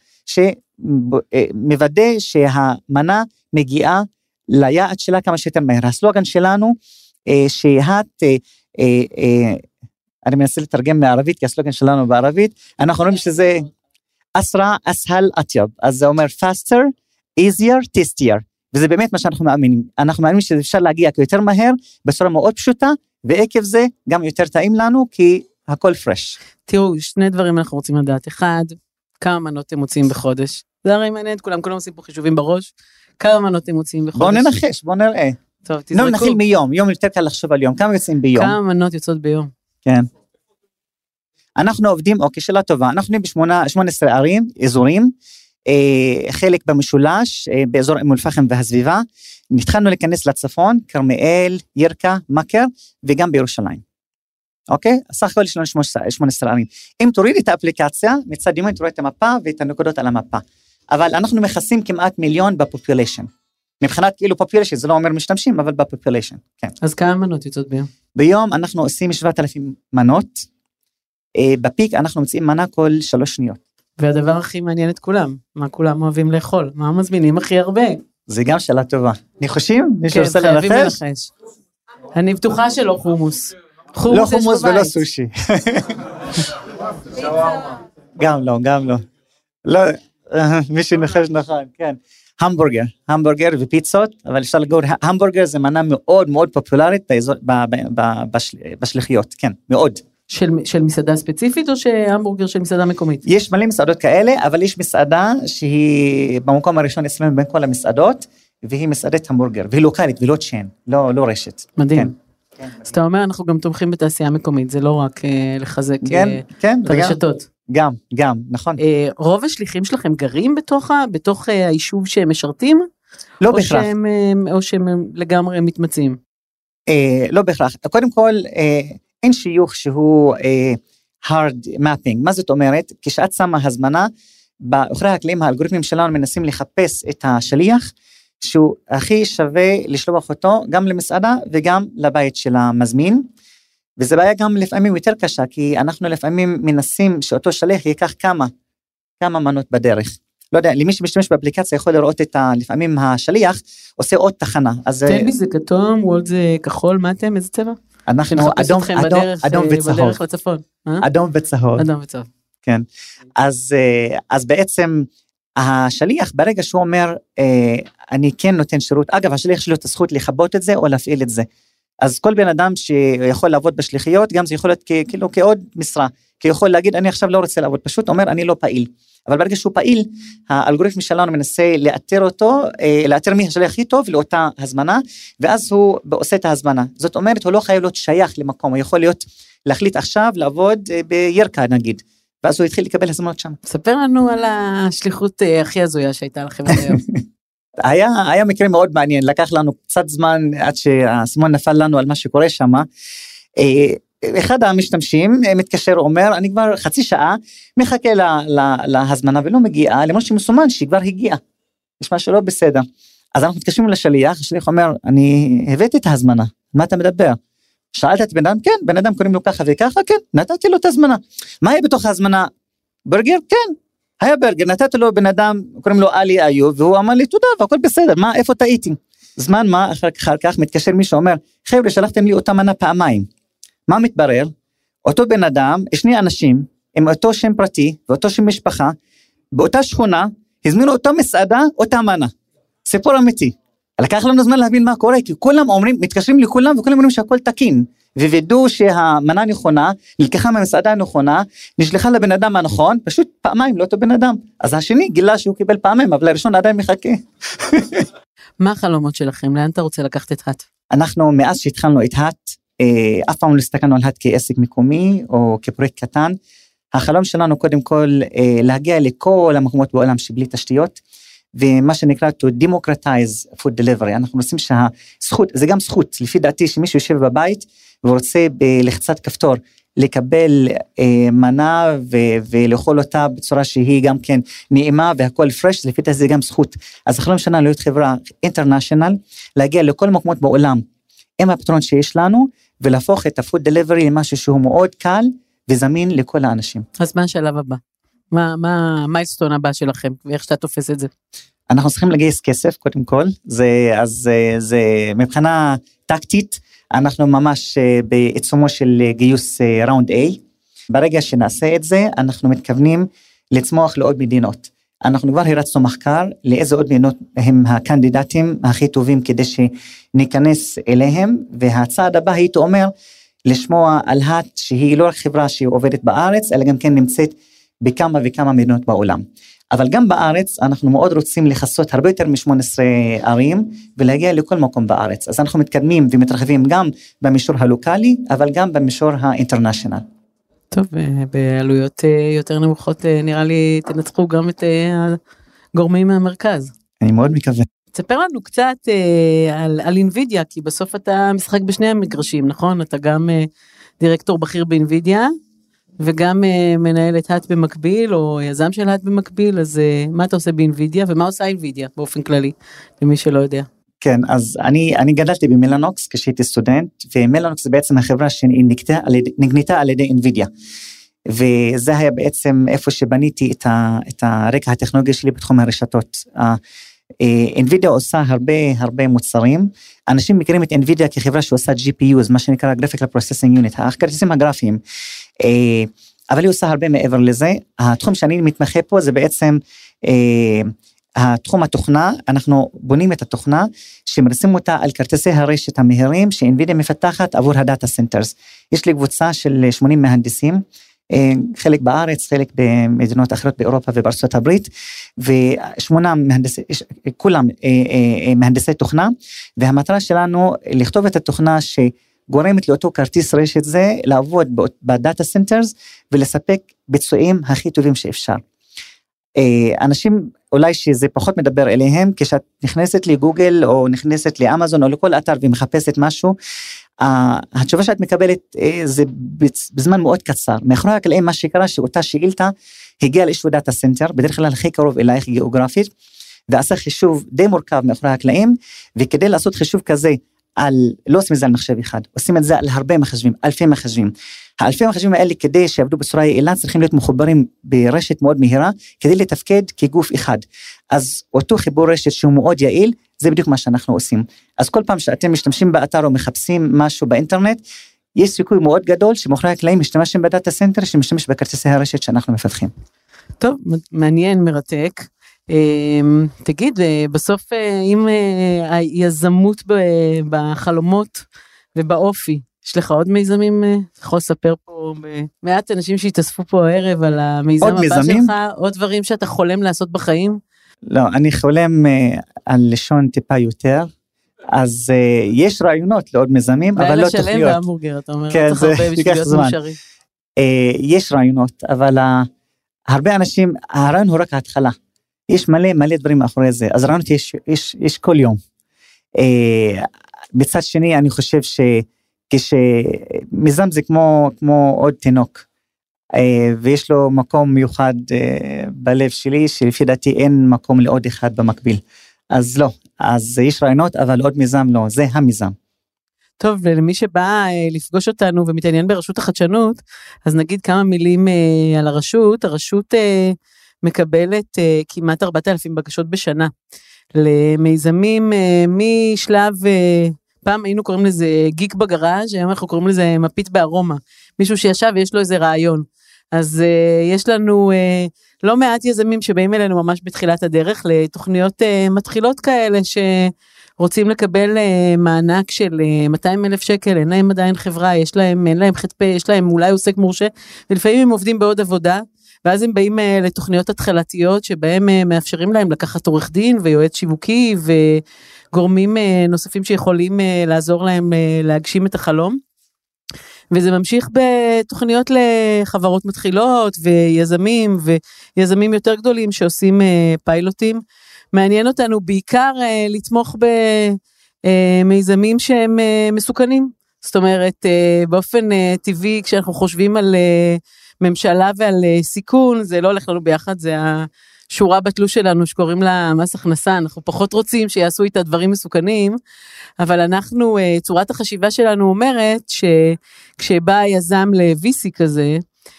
Speaker 4: שמוודא שהמנה מגיעה ליעד שלה כמה שיותר מהר. הסלוגן שלנו, שהת, אני מנסה לתרגם מערבית, כי הסלוגן שלנו בערבית, אנחנו רואים שזה אסרה, אסהל, אטיוב, אז זה אומר faster, easier, tastier, וזה באמת מה שאנחנו מאמינים. אנחנו מאמינים שאפשר להגיע יותר מהר, בצורה מאוד פשוטה, ועקב זה גם יותר טעים לנו, כי הכל פרש.
Speaker 3: תראו, שני דברים אנחנו רוצים לדעת. אחד, כמה מנות אתם מוצאים בחודש? זה הרי מעניין, כולם, כולם עושים פה חישובים בראש. כמה מנות אתם מוצאים בחודש?
Speaker 4: בואו ננחש, בואו נראה.
Speaker 3: טוב, תזרקו.
Speaker 4: לא, נתחיל מיום, יום יותר קל לחשוב על יום. כמה יוצאים ביום?
Speaker 3: כמה מנות יוצאות ביום?
Speaker 4: כן. אנחנו עובדים, אוקיי, שאלה טובה, אנחנו עובדים בשמונה עשרה ערים, אזורים, אה, חלק במשולש, אה, באזור אום אל-פחם והסביבה, התחלנו להיכנס לצפון, כרמיאל, ירקה, מכר, וגם בירושלים. אוקיי? סך הכל יש לנו שמונה עשרה ערים. אם תוריד את האפליקציה, מצד ימין תוריד את המפה ואת הנקודות על המפה. אבל אנחנו מכסים כמעט מיליון בפופוליישן. מבחינת כאילו פופוליישן, זה לא אומר משתמשים, אבל בפופוליישן, כן.
Speaker 3: אז כמה מנות יוצאות ביום?
Speaker 4: ביום אנחנו עושים שבעת אלפים מנות, אה, בפיק אנחנו מוצאים מנה כל שלוש שניות.
Speaker 3: והדבר הכי מעניין את כולם, מה כולם אוהבים לאכול? מה מזמינים הכי הרבה?
Speaker 4: זה גם שאלה טובה. ניחושים? מישהו עושה
Speaker 3: כן, חייבים
Speaker 4: לנחש?
Speaker 3: לנחש. אני בטוחה שלא חומוס.
Speaker 4: לא חומוס ולא סושי. גם לא, גם לא. לא, מישהו נחש נכון, כן. המבורגר, המבורגר ופיצות, אבל אפשר לגור, המבורגר זה מנה מאוד מאוד פופולרית בשליחיות, כן, מאוד.
Speaker 3: של, של מסעדה ספציפית או שהמבורגר של מסעדה מקומית?
Speaker 4: יש מלא מסעדות כאלה, אבל יש מסעדה שהיא במקום הראשון אצלנו בין כל המסעדות, והיא מסעדת המבורגר, והיא לוקלית ולא צ'יין, לא, לא רשת.
Speaker 3: מדהים.
Speaker 4: כן.
Speaker 3: אז אתה אומר, אנחנו גם תומכים בתעשייה מקומית, זה לא רק לחזק את הרשתות.
Speaker 4: גם, גם, נכון.
Speaker 3: רוב השליחים שלכם גרים בתוך, בתוך היישוב שהם משרתים?
Speaker 4: לא בהכרח.
Speaker 3: או שהם לגמרי מתמצאים?
Speaker 4: לא בהכרח. קודם כל, אין שיוך שהוא hard mapping. מה זאת אומרת? כשאת שמה הזמנה, באחרי הקלעים האלגוריתמים שלנו מנסים לחפש את השליח, שהוא הכי שווה לשלוח אותו גם למסעדה וגם לבית של המזמין, וזה בעיה גם לפעמים יותר קשה, כי אנחנו לפעמים מנסים שאותו שליח ייקח כמה, כמה מנות בדרך. לא יודע, למי שמשתמש באפליקציה יכול לראות את ה, לפעמים השליח עושה עוד תחנה.
Speaker 3: תן לי זה כתום, וולד זה כחול, מה אתם, איזה צבע?
Speaker 4: אנחנו אדום, אדום, אדום וצהוב.
Speaker 3: בדרך לצפון.
Speaker 4: אדום וצהוב.
Speaker 3: אדום וצהוב.
Speaker 4: כן. אז, אז בעצם השליח ברגע שהוא אומר, אני כן נותן שירות, אגב, השליח שלו את הזכות לחבות את זה או להפעיל את זה. אז כל בן אדם שיכול לעבוד בשליחיות, גם זה יכול להיות כ- כאילו כעוד משרה, כי יכול להגיד, אני עכשיו לא רוצה לעבוד, פשוט אומר, אני לא פעיל. אבל ברגע שהוא פעיל, האלגוריתם שלנו מנסה לאתר אותו, לאתר מי השליח הכי טוב לאותה הזמנה, ואז הוא עושה את ההזמנה. זאת אומרת, הוא לא חייב להיות שייך למקום, הוא יכול להיות, להחליט עכשיו לעבוד בירקה נגיד, ואז הוא התחיל לקבל הזמנות שם.
Speaker 3: ספר לנו על השליחות הכי הזויה שהייתה לכם היום.
Speaker 4: היה, היה מקרה מאוד מעניין, לקח לנו קצת זמן עד שהאסימון נפל לנו על מה שקורה שם. אחד המשתמשים מתקשר, אומר, אני כבר חצי שעה מחכה לה, לה, להזמנה ולא מגיעה, למרות שמסומן שהיא כבר הגיעה. יש משהו לא בסדר. אז אנחנו מתקשרים לשליח, השליח אומר, אני הבאתי את ההזמנה, מה אתה מדבר? שאלת את בן אדם, כן, בן אדם קוראים לו ככה וככה, כן, נתתי לו את ההזמנה. מה היה בתוך ההזמנה? ברגר? כן. היה ברגר, נתתי לו בן אדם, קוראים לו אלי איוב, והוא אמר לי, תודה, והכל בסדר, מה, איפה טעיתי? זמן מה, אחר, אחר כך מתקשר מישהו, אומר, חבר'ה, שלחתם לי אותה מנה פעמיים. מה מתברר? אותו בן אדם, שני אנשים, עם אותו שם פרטי, ואותו שם משפחה, באותה שכונה, הזמינו אותו מסעדה, אותה מנה. סיפור אמיתי. לקח לנו זמן להבין מה קורה, כי כולם אומרים, מתקשרים לכולם, וכולם אומרים שהכל תקין. ווידאו שהמנה נכונה, נלקחה מהמסעדה הנכונה, נשלחה לבן אדם הנכון, פשוט פעמיים לאותו בן אדם. אז השני גילה שהוא קיבל פעמיים, אבל הראשון עדיין מחכה.
Speaker 3: מה החלומות שלכם? לאן אתה רוצה לקחת את האט?
Speaker 4: אנחנו מאז שהתחלנו את האט, אף פעם לא הסתכלנו על האט כעסק מקומי, או כפרויקט קטן. החלום שלנו קודם כל, להגיע לכל המקומות בעולם שבלי תשתיות, ומה שנקרא to democratize food delivery. אנחנו רוצים שהזכות, זה גם זכות, לפי דעתי שמישהו יושב בבית, ורוצה בלחצת כפתור, לקבל אה, מנה ו- ולאכול אותה בצורה שהיא גם כן נעימה והכל פרש, לפי דעתי זה גם זכות. אז החלום שלנו להיות חברה אינטרנשיונל, להגיע לכל מקומות בעולם, עם הפתרון שיש לנו, ולהפוך את הפוד דליברי למשהו שהוא מאוד קל, וזמין לכל האנשים.
Speaker 3: אז מה השלב הבא? מה, מה, מיילסטון הבא שלכם, ואיך שאתה תופס את זה?
Speaker 4: אנחנו צריכים לגייס כסף, קודם כל, זה, אז זה, זה מבחינה טקטית, אנחנו ממש בעיצומו של גיוס ראונד A, ברגע שנעשה את זה, אנחנו מתכוונים לצמוח לעוד מדינות. אנחנו כבר הרצנו מחקר, לאיזה עוד מדינות הם הקנדידטים הכי טובים, כדי שניכנס אליהם, והצעד הבא הייתי אומר, לשמוע על האט שהיא לא רק חברה שהיא עובדת בארץ, אלא גם כן נמצאת בכמה וכמה מדינות בעולם. אבל גם בארץ אנחנו מאוד רוצים לחסות הרבה יותר מ-שמונה עשרה ערים, ולהגיע לכל מקום בארץ. אז אנחנו מתקדמים ומתרחבים גם במישור הלוקלי, אבל גם במישור האינטרנשיונל.
Speaker 3: טוב, בעלויות יותר נמוכות נראה לי תנצחו גם את הגורמים מהמרכז.
Speaker 4: אני מאוד מקווה.
Speaker 3: תספר לנו קצת על, על אינווידיה, כי בסוף אתה משחק בשני המגרשים, נכון? אתה גם דירקטור בכיר באינווידיה, וגם מנהל את האט במקביל, או יזם של האט במקביל, אז מה אתה עושה באינווידיה, ומה עושה אינווידיה באופן כללי, למי שלא יודע?
Speaker 4: כן, אז אני, אני גדלתי במלאנוקס כשהייתי סטודנט, ומלאנוקס זה בעצם החברה שנגנתה על ידי אינווידיה, וזה היה בעצם איפה שבניתי את, ה, את הרקע הטכנולוגי שלי בתחום הרשתות. אינווידיה עושה הרבה הרבה מוצרים, אנשים מכירים את אינווידיה כחברה שעושה ג'י פי יו, מה שנקרא Graphical Processing Unit, הכרטיסים הגרפיים, אבל היא עושה הרבה מעבר לזה. התחום שאני מתמחה פה זה בעצם התחום התוכנה, אנחנו בונים את התוכנה, שמרסים אותה על כרטיסי הרשת המהירים, שאינווידיה מפתחת עבור הדאטה סנטרס. יש לי קבוצה של שמונים מהנדסים, חלק בארץ, חלק במדינות אחרות באירופה ובארצות הברית, ושמונה מהנדסי, כולם מהנדסי תוכנה, והמטרה שלנו לכתוב את התוכנה שגורמת לאותו כרטיס רשת זה, לעבוד בדאטה סנטרס, ולספק ביצועים הכי טובים שאפשר. אנשים אולי שזה פחות מדבר אליהם, כשאת נכנסת לגוגל או נכנסת לאמזון או לכל אתר ומחפשת משהו, התשובה שאת מקבלת זה בזמן מאוד קצר. מאחורי הקלעים מה שקרה שאותה שאילתה הגיעה לאיזשהו דאטה סנטר, בדרך כלל הכי קרוב אלייך גיאוגרפית, ועשה חישוב די מורכב מאחורי הקלעים, וכדי לעשות חישוב כזה, על, לא עושים את זה על מחשב אחד, עושים את זה על הרבה מחשבים, אלפי מחשבים. האלפי מחשבים האלה כדי שיעבדו בצורה יעילה, צריכים להיות מחוברים ברשת מאוד מהירה, כדי לתפקד כגוף אחד. אז אותו חיבור רשת שהוא מאוד יעיל, זה בדיוק מה שאנחנו עושים. אז כל פעם שאתם משתמשים באתר או מחפשים משהו באינטרנט, יש סיכוי מאוד גדול שמאחורי הקלעים משתמשים בדאטה סנטר, שמשתמש בכרטיסי הרשת שאנחנו מפתחים.
Speaker 3: טוב, מעניין, מרתק. תגיד, בסוף אם היזמות בחלומות ובאופי. יש לך עוד מיזמים? אתה יכול לספר פה מעט אנשים שהתאספו פה הערב על המיזם הבא
Speaker 4: מיזמים?
Speaker 3: שלך, עוד דברים שאתה חולם לעשות בחיים?
Speaker 4: לא, אני חולם uh, על לשון טיפה יותר, אז uh, יש רעיונות לעוד מיזמים, אבל לא תוכניות.
Speaker 3: לילה שלם והמבורגר, אתה אומר,
Speaker 4: כן,
Speaker 3: צריך הרבה בשביל להיות מאושרים.
Speaker 4: Uh, יש רעיונות, אבל uh, הרבה אנשים, הרעיון הוא רק ההתחלה. יש מלא מלא דברים מאחורי זה, אז רעיונות יש, יש, יש כל יום. Uh, בצד שני, אני חושב שכשמיזם זה כמו, כמו עוד תינוק, uh, ויש לו מקום מיוחד uh, בלב שלי, שלפי דעתי אין מקום לעוד אחד במקביל. אז לא, אז יש רעיונות, אבל עוד מיזם לא, זה המיזם.
Speaker 3: טוב, ולמי שבא לפגוש אותנו ומתעניין ברשות החדשנות, אז נגיד כמה מילים על הרשות. הרשות מקבלת כמעט ארבעת אלפים בקשות בשנה, למיזמים משלב, פעם היינו קוראים לזה גיק בגראז', היום אנחנו קוראים לזה מפית בארומה, מישהו שישב ויש לו איזה רעיון. אז יש לנו לא מעט יזמים שבאים אלינו ממש בתחילת הדרך, לתוכניות מתחילות כאלה שרוצים לקבל מענק של מאתיים אלף שקל, אין להם עדיין חברה, יש להם, אין להם חטפה, יש להם אולי עוסק מורשה, ולפעמים הם עובדים בעוד עבודה, ואז הם באים לתוכניות התחלתיות, שבהם מאפשרים להם לקחת עורך דין ויועץ שיווקי, וגורמים נוספים שיכולים לעזור להם להגשים את החלום. וזה ממשיך בתוכניות לחברות מתחילות, ויזמים, ויזמים יותר גדולים שעושים פיילוטים. מעניין אותנו בעיקר לתמוך במיזמים שהם מסוכנים. זאת אומרת, באופן טבעי, כשאנחנו חושבים על ממשלה ועל סיכון, זה לא הולך לנו ביחד, זה השורה בתלוש שלנו שקוראים לה מס הכנסה, אנחנו פחות רוצים שיעשו איתה דברים מסוכנים, אבל אנחנו, צורת החשיבה שלנו אומרת, שכשבא היזם ל-וי סי כזה,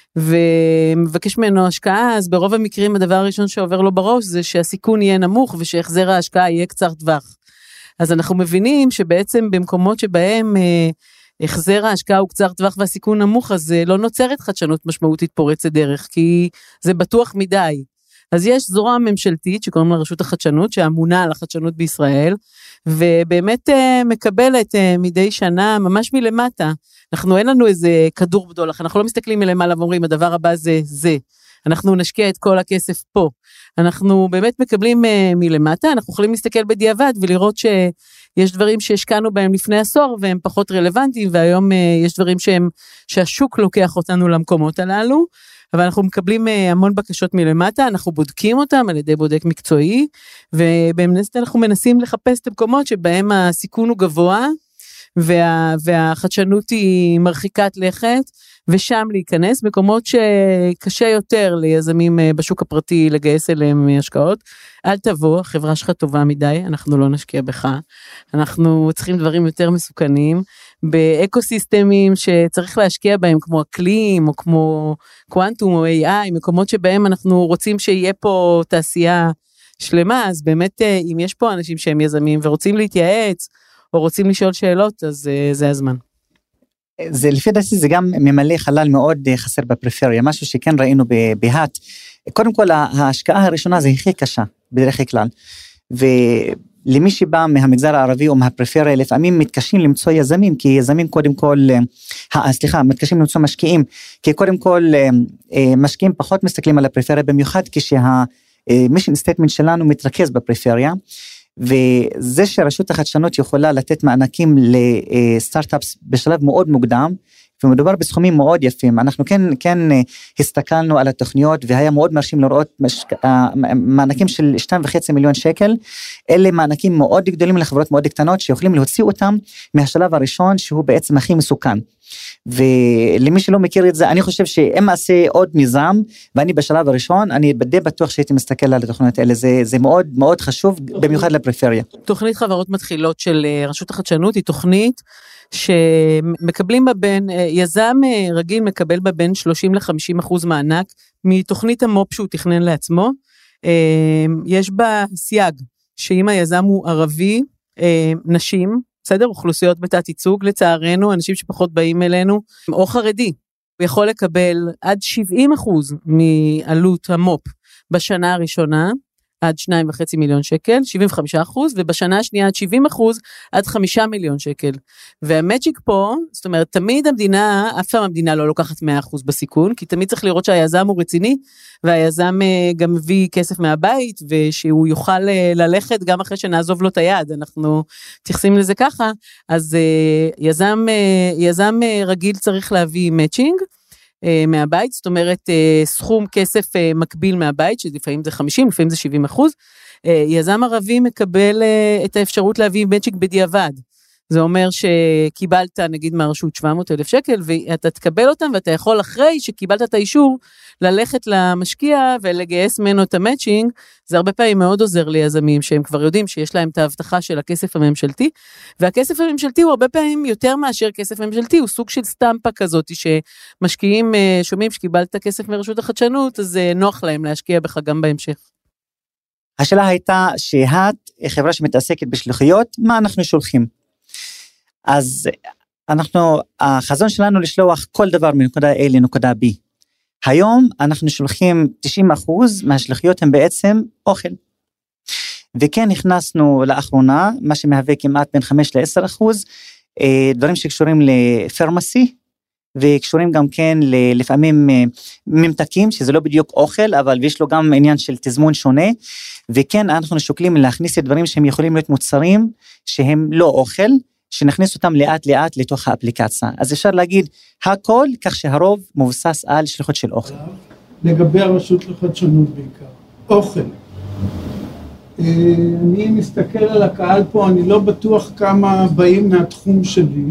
Speaker 3: ומבקש ממנו השקעה, אז ברוב המקרים הדבר הראשון שעובר לו בראש, זה שהסיכון יהיה נמוך, ושהחזר ההשקעה יהיה קצר טווח. אז אנחנו מבינים שבעצם במקומות שבהם החזר ההשקעה הוא קצר טווח והסיכון נמוך, אז לא נוצרת חדשנות משמעותית פורצת דרך, כי זה בטוח מדי. אז יש זרוע ממשלתית שקוראים לה רשות החדשנות, שאמונה על החדשנות בישראל, ובאמת מקבלת מדי שנה ממש מלמטה. אנחנו אין לנו איזה כדור בדולח, אנחנו לא מסתכלים מלמעלה ואומרים הדבר הבא זה זה. אנחנו נשקיע את כל הכסף פה. אנחנו באמת מקבלים מלמטה, אנחנו יכולים להסתכל בדיעבד ולראות שיש דברים שהשקענו בהם לפני עשור והם פחות רלוונטיים, והיום יש דברים שהם, שהשוק לוקח אותנו למקומות הללו, אבל אנחנו מקבלים המון בקשות מלמטה, אנחנו בודקים אותם על ידי בודק מקצועי, ובאמת אנחנו מנסים לחפש את המקומות שבהם הסיכון הוא גבוה, וה, והחדשנות היא מרחיקת לכת, ושם להיכנס, מקומות שקשה יותר ליזמים בשוק הפרטי לגייס אליהם השקעות. אל תבוא, החברה שלך טובה מדי, אנחנו לא נשקיע בך, אנחנו צריכים דברים יותר מסוכנים, באקוסיסטמים שצריך להשקיע בהם, כמו אקלים, או כמו קוונטום, או איי איי, מקומות שבהם אנחנו רוצים שיהיה פה תעשייה שלמה, אז באמת אם יש פה אנשים שהם יזמים, ורוצים להתייעץ, או רוצים לשאול שאלות, אז זה הזמן.
Speaker 4: זה לפי דעתי זה גם ממלא חלל מאוד חסר בפריפריה, משהו שכן ראינו בהת. קודם כל ההשקעה הראשונה זה הכי קשה בדרך כלל, ולמי שבא מהמגזר הערבי או מהפריפריה לפעמים מתקשים למצוא יזמים, כי יזמים קודם כל, סליחה, מתקשים למצוא משקיעים, כי קודם כל משקיעים פחות מסתכלים על הפריפריה, במיוחד כשהמישן סטייטמנט שלנו מתרכז בפריפריה, וזה שרשות החדשנות יכולה לתת מענקים לסטארט-אפס בשלב מאוד מוקדם, ומדובר בסכומים מאוד יפים, אנחנו כן, כן הסתכלנו על התוכניות, והיה מאוד מרשים לראות משק... מענקים של שתיים וחצי מיליון שקל, אלה מענקים מאוד גדולים לחברות מאוד קטנות, שיכולים להוציא אותם מהשלב הראשון, שהוא בעצם הכי מסוכן, ולמי שלא מכיר את זה, אני חושב שאם אעשה עוד מיזם, ואני בשלב הראשון, אני די בטוח שהייתי מסתכל על התוכניות האלה, זה, זה מאוד מאוד חשוב, במיוחד לפריפריה.
Speaker 3: תוכנית חברות מתחילות של רשות החדשנות, היא תוכנית שמקבלים בה בין, יזם רגיל מקבל בה בין שלושים לחמישים אחוז מענק, מתוכנית המופ שהוא תכנן לעצמו, יש בה סייג, שאם היזם הוא ערבי, נשים, בסדר, אוכלוסיות בתת ייצוג, לצערנו, אנשים שפחות באים אלינו, או חרדי, הוא יכול לקבל עד שבעים אחוז מעלות המופ בשנה הראשונה, עד שניים וחצי מיליון שקל, שבעים וחמישה אחוז, ובשנה השנייה עד שבעים אחוז, עד חמישה מיליון שקל. והמג'יק פה, זאת אומרת, תמיד המדינה, אף פעם המדינה לא לוקחת מאה אחוז בסיכון, כי תמיד צריך לראות שהיזם הוא רציני, והיזם גם מביא כסף מהבית, ושהוא יוכל ללכת גם אחרי שנעזוב לו את היד, אנחנו תייחסים לזה ככה, אז יזם, יזם רגיל צריך להביא מאצ'ינג, מהבית, זאת אומרת, סכום כסף מקביל מהבית, שלפעמים זה חמישים, לפעמים זה שבעים אחוז, יזם ערבי מקבל את האפשרות להביא מאצ'ינג בדיעבד, זה אומר שקיבלת נגיד מהרשות שבע מאות אלף שקל, ואתה תקבל אותם, ואתה יכול אחרי שקיבלת את האישור, ללכת למשקיע ולגייס ממנו את המאצ'ינג, זה הרבה פעמים מאוד עוזר ליזמים, שהם כבר יודעים שיש להם את ההבטחה של הכסף הממשלתי, והכסף הממשלתי הוא הרבה פעמים יותר מאשר כסף ממשלתי, הוא סוג של סטמפה כזאת, שמשקיעים שומעים שקיבלת כסף מרשות החדשנות, אז נוח להם להשקיע בך גם בהמשך.
Speaker 4: השאלה הייתה שאת חברה שמתעסקת בשליחויות, מה אנחנו שולחים? אז אנחנו, החזון שלנו לשלוח כל דבר מנקודה A לנקודה B. היום אנחנו שולחים תשעים אחוז מהשליחויות הם בעצם אוכל. וכן נכנסנו לאחרונה, מה שמהווה כמעט בין חמש לעשר אחוז, דברים שקשורים לפרמסי, וקשורים גם כן לפעמים ממתקים, שזה לא בדיוק אוכל, אבל יש לו גם עניין של תזמון שונה, וכן אנחנו שוקלים להכניס את דברים שהם יכולים להיות מוצרים, שהם לא אוכל, שנכניס אותם לאט לאט לתוך האפליקציה. אז אפשר להגיד הכל, כך שהרוב מבוסס על שליחות של אוכל.
Speaker 5: לגבי הרשות לחדשנות בעיקר, אוכל. אני מסתכל על הקהל פה, אני לא בטוח כמה באים מהתחום שלי.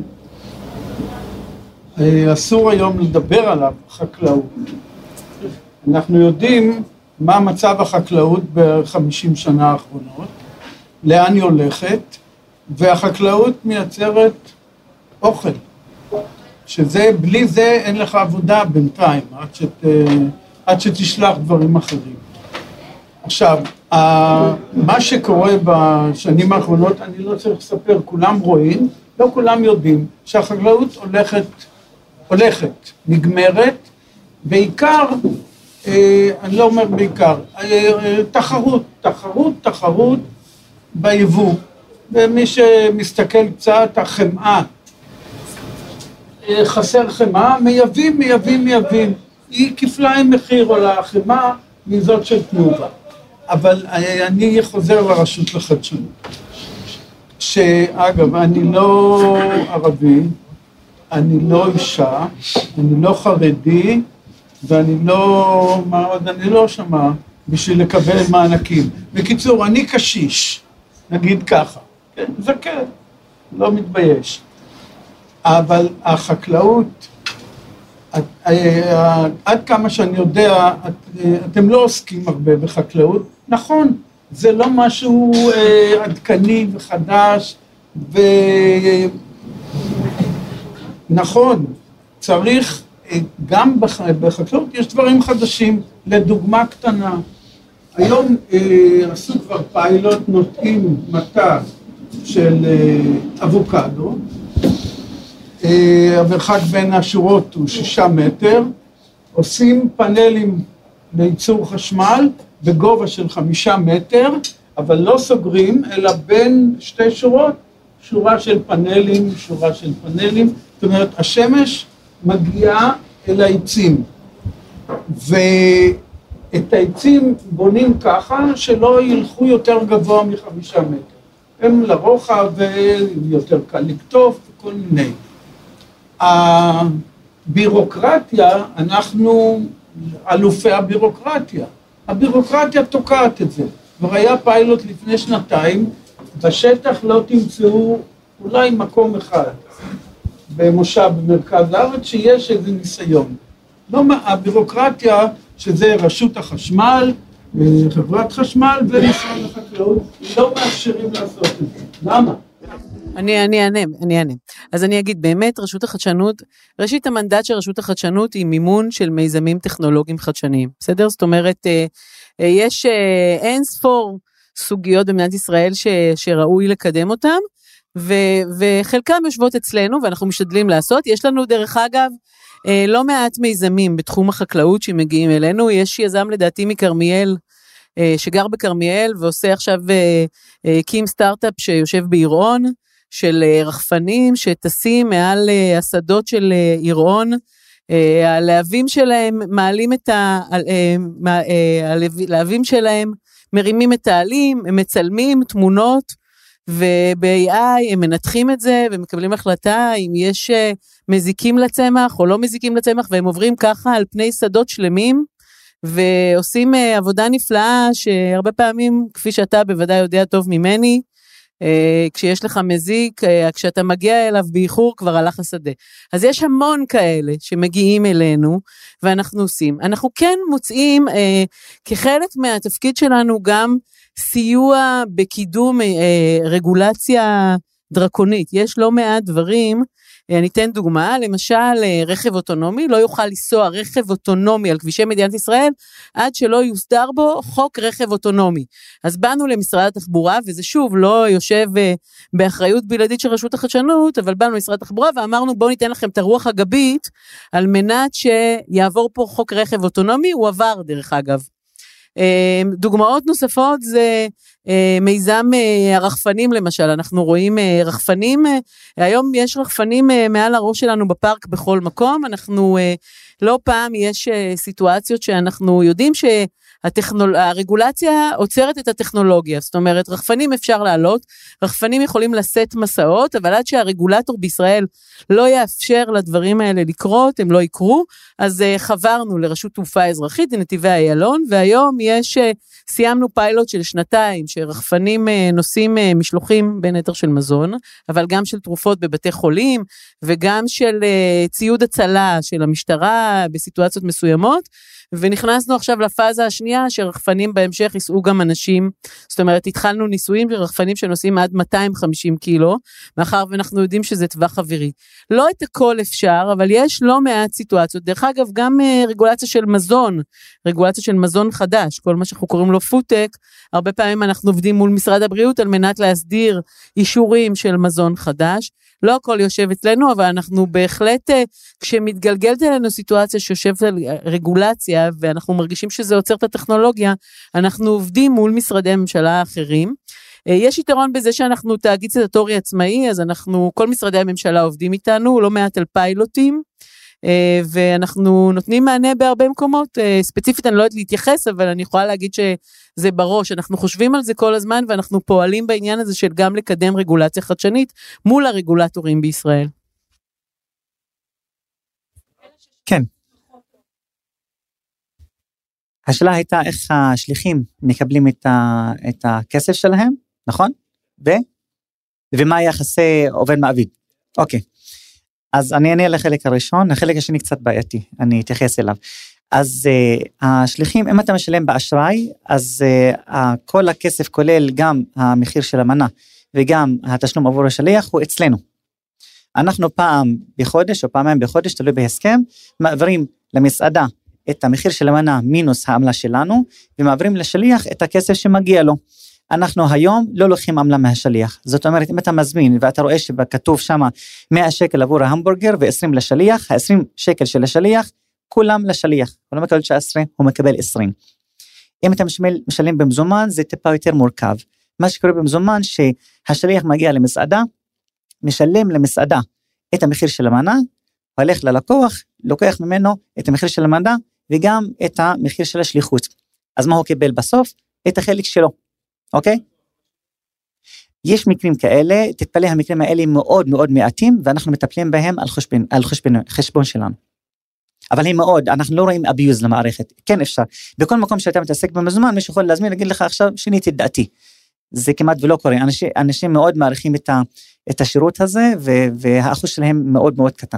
Speaker 5: אסור היום לדבר עליו, חקלאות. אנחנו יודעים מה מצב החקלאות ב-חמישים שנה האחרונות, לאן היא הולכת, והחקלאות מייצרת אוכל, שזה, בלי זה אין לך עבודה בינתיים, עד, שת, עד שתשלח דברים אחרים. עכשיו, מה שקורה בשנים האחרונות, אני לא צריך לספר, כולם רואים, לא כולם יודעים, שהחקלאות הולכת, הולכת, נגמרת, בעיקר, אני לא אומר בעיקר, תחרות, תחרות, תחרות ביבוא. ומי שמסתכל קצת, החמאה, חסר חמאה, מייבים, מייבים, מייבים. היא כפליים מחיר עולה החמאה מזאת של תנובה. אבל אני חוזר לרשות לחדשנות. שאגב, אני לא ערבי, אני לא אישה, אני לא חרדי, ואני לא, מה עוד, אני לא שמע בשביל לקבל מענקים. בקיצור, אני קשיש, נגיד ככה. כן, זה כן, לא מתבייש. אבל החקלאות, את, עד כמה שאני יודע, את, אתם לא עוסקים הרבה בחקלאות. נכון, זה לא משהו אה, עדכני וחדש, ונכון, צריך, גם בח, בחקלאות יש דברים חדשים, לדוגמה קטנה. היום אה, עשו כבר פיילוט, נוטעים מטע, של אבוקדו, המרחק בין השורות הוא שישה מטר, עושים פאנלים לייצור חשמל בגובה של חמישה מטר, אבל לא סוגרים, אלא בין שתי שורות, שורה של פאנלים, שורה של פאנלים, זאת אומרת, השמש מגיעה אל העצים, ואת העצים בונים ככה שלא ילכו יותר גבוה מחמישה מטר. הם לרוחב ויותר קל לקטוף וכל מיני. הבירוקרטיה, אנחנו אלופי הבירוקרטיה. הבירוקרטיה תוקעת את זה. כבר היה פיילוט לפני שנתיים, בשטח לא תמצאו אולי מקום אחד במושב במרכז הארץ שיש איזה ניסיון. לא, הבירוקרטיה שזה רשות החשמל, חברת חשמל ומשרד החקלאות, לא מאפשרים לעשות את זה. למה?
Speaker 3: אני, אני אענה, אני אענה. אז אני אגיד, באמת רשות החדשנות, ראשית המנדט של רשות החדשנות היא מימון של מיזמים טכנולוגיים חדשניים. בסדר? זאת אומרת, יש אין ספור סוגיות במדינת ישראל ש, שראוי לקדם אותם, ו, וחלקם יושבות אצלנו, ואנחנו משתדלים לעשות. יש לנו דרך אגב, לא מעט מיזמים בתחום החקלאות שמגיעים אלינו, יש יזם לדעתי מקרמיאל, שגר בכרמיאל ועושה עכשיו, קים סטארט-אפ שיושב בעירון, של רחפנים שטסים מעל השדות של עירון, הלהבים שלהם מעלים את ה... הלהבים שלהם מרימים את העלים, הם מצלמים תמונות, וב-איי איי הם מנתחים את זה, ומקבלים החלטה אם יש מזיקים לצמח או לא מזיקים לצמח, והם עוברים ככה על פני שדות שלמים, ועושים עבודה נפלאה, שהרבה פעמים, כפי שאתה בוודאי יודע טוב ממני, כשיש לך מזיק, כשאתה מגיע אליו באיחור, כבר הלך השדה. אז יש המון כאלה שמגיעים אלינו, ואנחנו עושים. אנחנו כן מוצאים, כחלק מהתפקיד שלנו, גם סיוע בקידום רגולציה דרקונית. יש לא מעט דברים, אני אתן דוגמה, למשל רכב אוטונומי, לא יוכל לנסוע רכב אוטונומי על כבישי מדינת ישראל, עד שלא יוסדר בו חוק רכב אוטונומי. אז באנו למשרד התחבורה, וזה שוב לא יושב באחריות בלעדית של רשות החדשנות, אבל באנו למשרד התחבורה ואמרנו בואו ניתן לכם את הרוח הגבית, על מנת שיעבור פה חוק רכב אוטונומי, הוא עבר דרך אגב. דוגמאות נוספות זה מיזם הרחפנים למשל, אנחנו רואים רחפנים, היום יש רחפנים מעל הראש שלנו בפארק בכל מקום, אנחנו לא פעם יש סיטואציות שאנחנו יודעים שהרגולציה עוצרת את הטכנולוגיה, זאת אומרת רחפנים אפשר לעלות, רחפנים יכולים לשאת מסעות, אבל עד שהרגולטור בישראל לא יאפשר לדברים האלה לקרות, הם לא יקרו, אז חברנו לרשות תעופה אזרחית, לנתיבי איילון, והיום יש, סיימנו פיילוט של שנתיים, שרחפנים נושאים משלוחים בין היתר של מזון, אבל גם של תרופות בבתי חולים, וגם של ציוד הצלה של המשטרה בסיטואציות מסוימות, ונכנסנו עכשיו לפאזה השנייה, שרחפנים בהמשך ייסעו גם אנשים, זאת אומרת, התחלנו ניסויים של רחפנים שנוסעים עד מאתיים וחמישים קילו, מאחר ואנחנו יודעים שזה טווח אווירי. לא את הכל אפשר, אבל יש לא מעט סיטואציות, דרך אגב, גם רגולציה של מזון, רגולציה של מזון חדש, כל מה שאנחנו קוראים לו פודטק, הרבה פעמים אנחנו עובדים מול משרד הבריאות, על מנת להסדיר אישורים של מזון חדש, לא הכל יושב אצלנו, אבל אנחנו בהחלט, כשמתגלגלת אלינו סיטואציה שיושבת על רגולציה, ואנחנו מרגישים שזה עוצר את הטכנולוגיה, אנחנו עובדים מול משרדי הממשלה האחרים. יש יתרון בזה שאנחנו תאגיד סטטוטורי עצמאי, אז אנחנו, כל משרדי הממשלה עובדים איתנו, לא מעט על פיילוטים, ואנחנו נותנים מענה בהרבה מקומות, ספציפית אני לא יודעת להתייחס, אבל אני יכולה להגיד שזה בראש, אנחנו חושבים על זה כל הזמן, ואנחנו פועלים בעניין הזה של גם לקדם רגולציה חדשנית, מול הרגולטורים בישראל.
Speaker 4: כן. השאלה הייתה איך השליחים מקבלים את, ה, את הכסף שלהם, נכון? ו? ומה יחסי עובד מעביד? אוקיי. אז אני אענה לחלק הראשון, החלק השני קצת בעייתי, אני אתייחס אליו. אז uh, השליחים, אם אתה משלם באשראי, אז uh, כל הכסף כולל גם המחיר של המנה, וגם התשלום עבור השליח הוא אצלנו. אנחנו פעם בחודש, או פעמיים בחודש, תלוי בהסכם, מעבירים למסעדה את המחיר של המנה מינוס העמלה שלנו, ומעבירים לשליח את הכסף שמגיע לו. אנחנו היום לא לוקחים עמלה מהשליח, זאת אומרת, אם אתה מזמין, ואתה רואה שכתוב שם מאה שקל עבור ההמבורגר, ו-עשרים לשליח, ה-עשרים שקל של השליח, כולם לשליח, הוא לא מקבל תשע עשרה, הוא מקבל עשרים. אם אתה משלם במזומן, זה טיפה יותר מורכב. מה שקורה במזומן, שהשליח מגיע למסעדה, משלם למסעדה את המחיר של המנה, הולך ללקוח, לוקח ממנו את המחיר של המנה, וגם את המחיר של השליחות. אז מה הוא קיבל בסוף? את החלק שלו. אוקיי? יש מקרים כאלה, תתפלא, המקרים האלה מאוד מאוד מעטים, ואנחנו מטפלים בהם על חשבון, על חשבון, חשבון שלנו. אבל הם מאוד, אנחנו לא רואים אביוז למערכת, כן אפשר. בכל מקום שאתה מתעסק במזומן, מישהו יכול להזמין, להגיד לך עכשיו, שיניתי את דעתי. זה כמעט ולא קורה, אנשים, אנשים מאוד מעריכים את, ה, את השירות הזה, והאחוז שלהם מאוד מאוד קטן.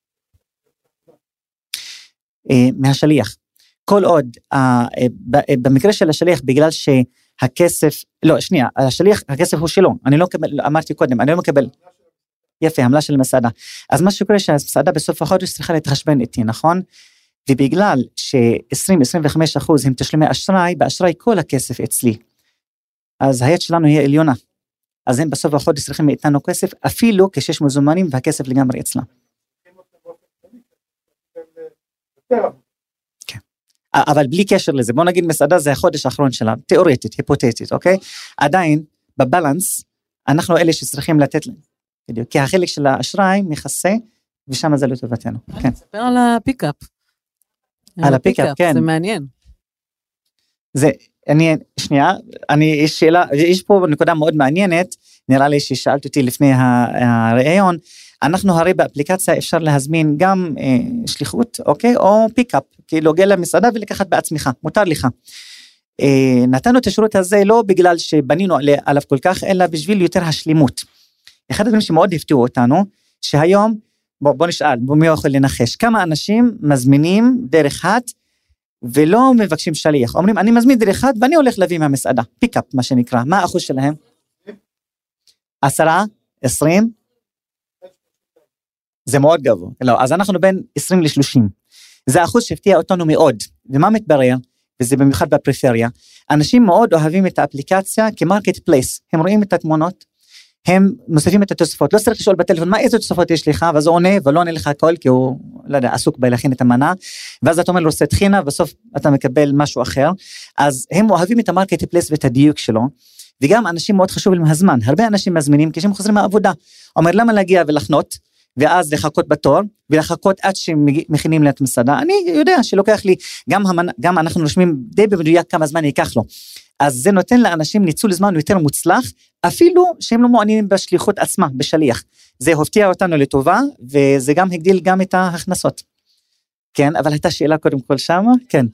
Speaker 4: מהשליח. כל עוד, במקרה של השליח, בגלל ש... הכסף, לא, שנייה, השליח, הכסף הוא שלו, אני לא מקבל, אמרתי קודם, אני לא מקבל, יפה, המלה של מסעדה, אז מה שקורה שהמסעדה בסוף החודש צריכה להתחשבן איתי, נכון? ובגלל ש-עשרים עד עשרים וחמישה אחוז הם תשלומי אשראי, באשראי כל הכסף אצלי, אז היד שלנו היא עליונה, אז הם בסוף החודש צריכים מאיתנו כסף, אפילו כשיש מזומנים והכסף לגמרי אצלה. כן. אבל בלי קשר לזה, בוא נגיד מסעדה זה החודש האחרון שלה, תיאורטית, היפותטית, אוקיי? עדיין, בבלנס, אנחנו אלה שצריכים לתת להם, כי החלק של האשראי מכסה, ושם זה לטובתנו. כן.
Speaker 3: תספר על הפיקאפ.
Speaker 4: על הפיקאפ, כן.
Speaker 3: זה מעניין.
Speaker 4: זה, אני, שנייה, אני, יש שאלה, יש פה נקודה מאוד מעניינת, נראה לי ששאלת אותי לפני הרעיון, אנחנו הרי באפליקציה אפשר להזמין גם אה, שליחות, אוקיי, או פיקאפ, כאילו גל למסעדה ולקחת בעצמך, מותר לך. אה, נתנו את השירות הזה לא בגלל שבנינו עליו כל כך, אלא בשביל יותר השלימות. אחד הדברים שמאוד הפתיעו אותנו, שהיום, בוא, בוא נשאל, מי יכול לנחש, כמה אנשים מזמינים דרך את, ולא מבקשים שליח, אומרים, אני מזמין דרך אחד, ואני הולך להביא מהמסעדה, פיקאפ, מה שנקרא, מה האחוז שלהם? עשרה, עשרים? זה מאוד גבוה, לא, אז אנחנו בין עשרים לשלושים, זה אחוז שהפתיע אותנו מאוד, ומה מתברר, וזה במיוחד בפריפריה, אנשים מאוד אוהבים את האפליקציה כמרקט פלייס, הם רואים את התמונות, הם מוסיפים את התוספות, לא צריך לשאול בטלפון, מה איזה תוספות יש לך, ואז הוא עונה, ולא עונה לך הכל, כי הוא, לא יודע, עסוק בלהכין את המנה, ואז אתה אומר לו, עושה תחינה, בסוף אתה מקבל משהו אחר, אז הם אוהבים את המרקט פלייס ואת הדיוק שלו, וגם אנשים מאוד חשוב להם הזמן, הרבה אנשים מזמינים, כשהם חוזרים מהעבודה, אומר, למה להגיע ולחנות, ואז לחכות בתור, ולחכות עד שמכינים לת מסעדה, אני יודע שלוקח לי, גם, המנ... גם אנחנו נושמים די במדויק כמה זמן ייקח לו, אז זה נותן לאנשים ניצול זמן יותר מוצלח, אפילו שהם לא מעוניינים בשליחות עצמה, בשליח, זה הופתיע אותנו לטובה, וזה גם הגדיל גם את ההכנסות, כן, אבל הייתה שאלה קודם כל שמה, כן.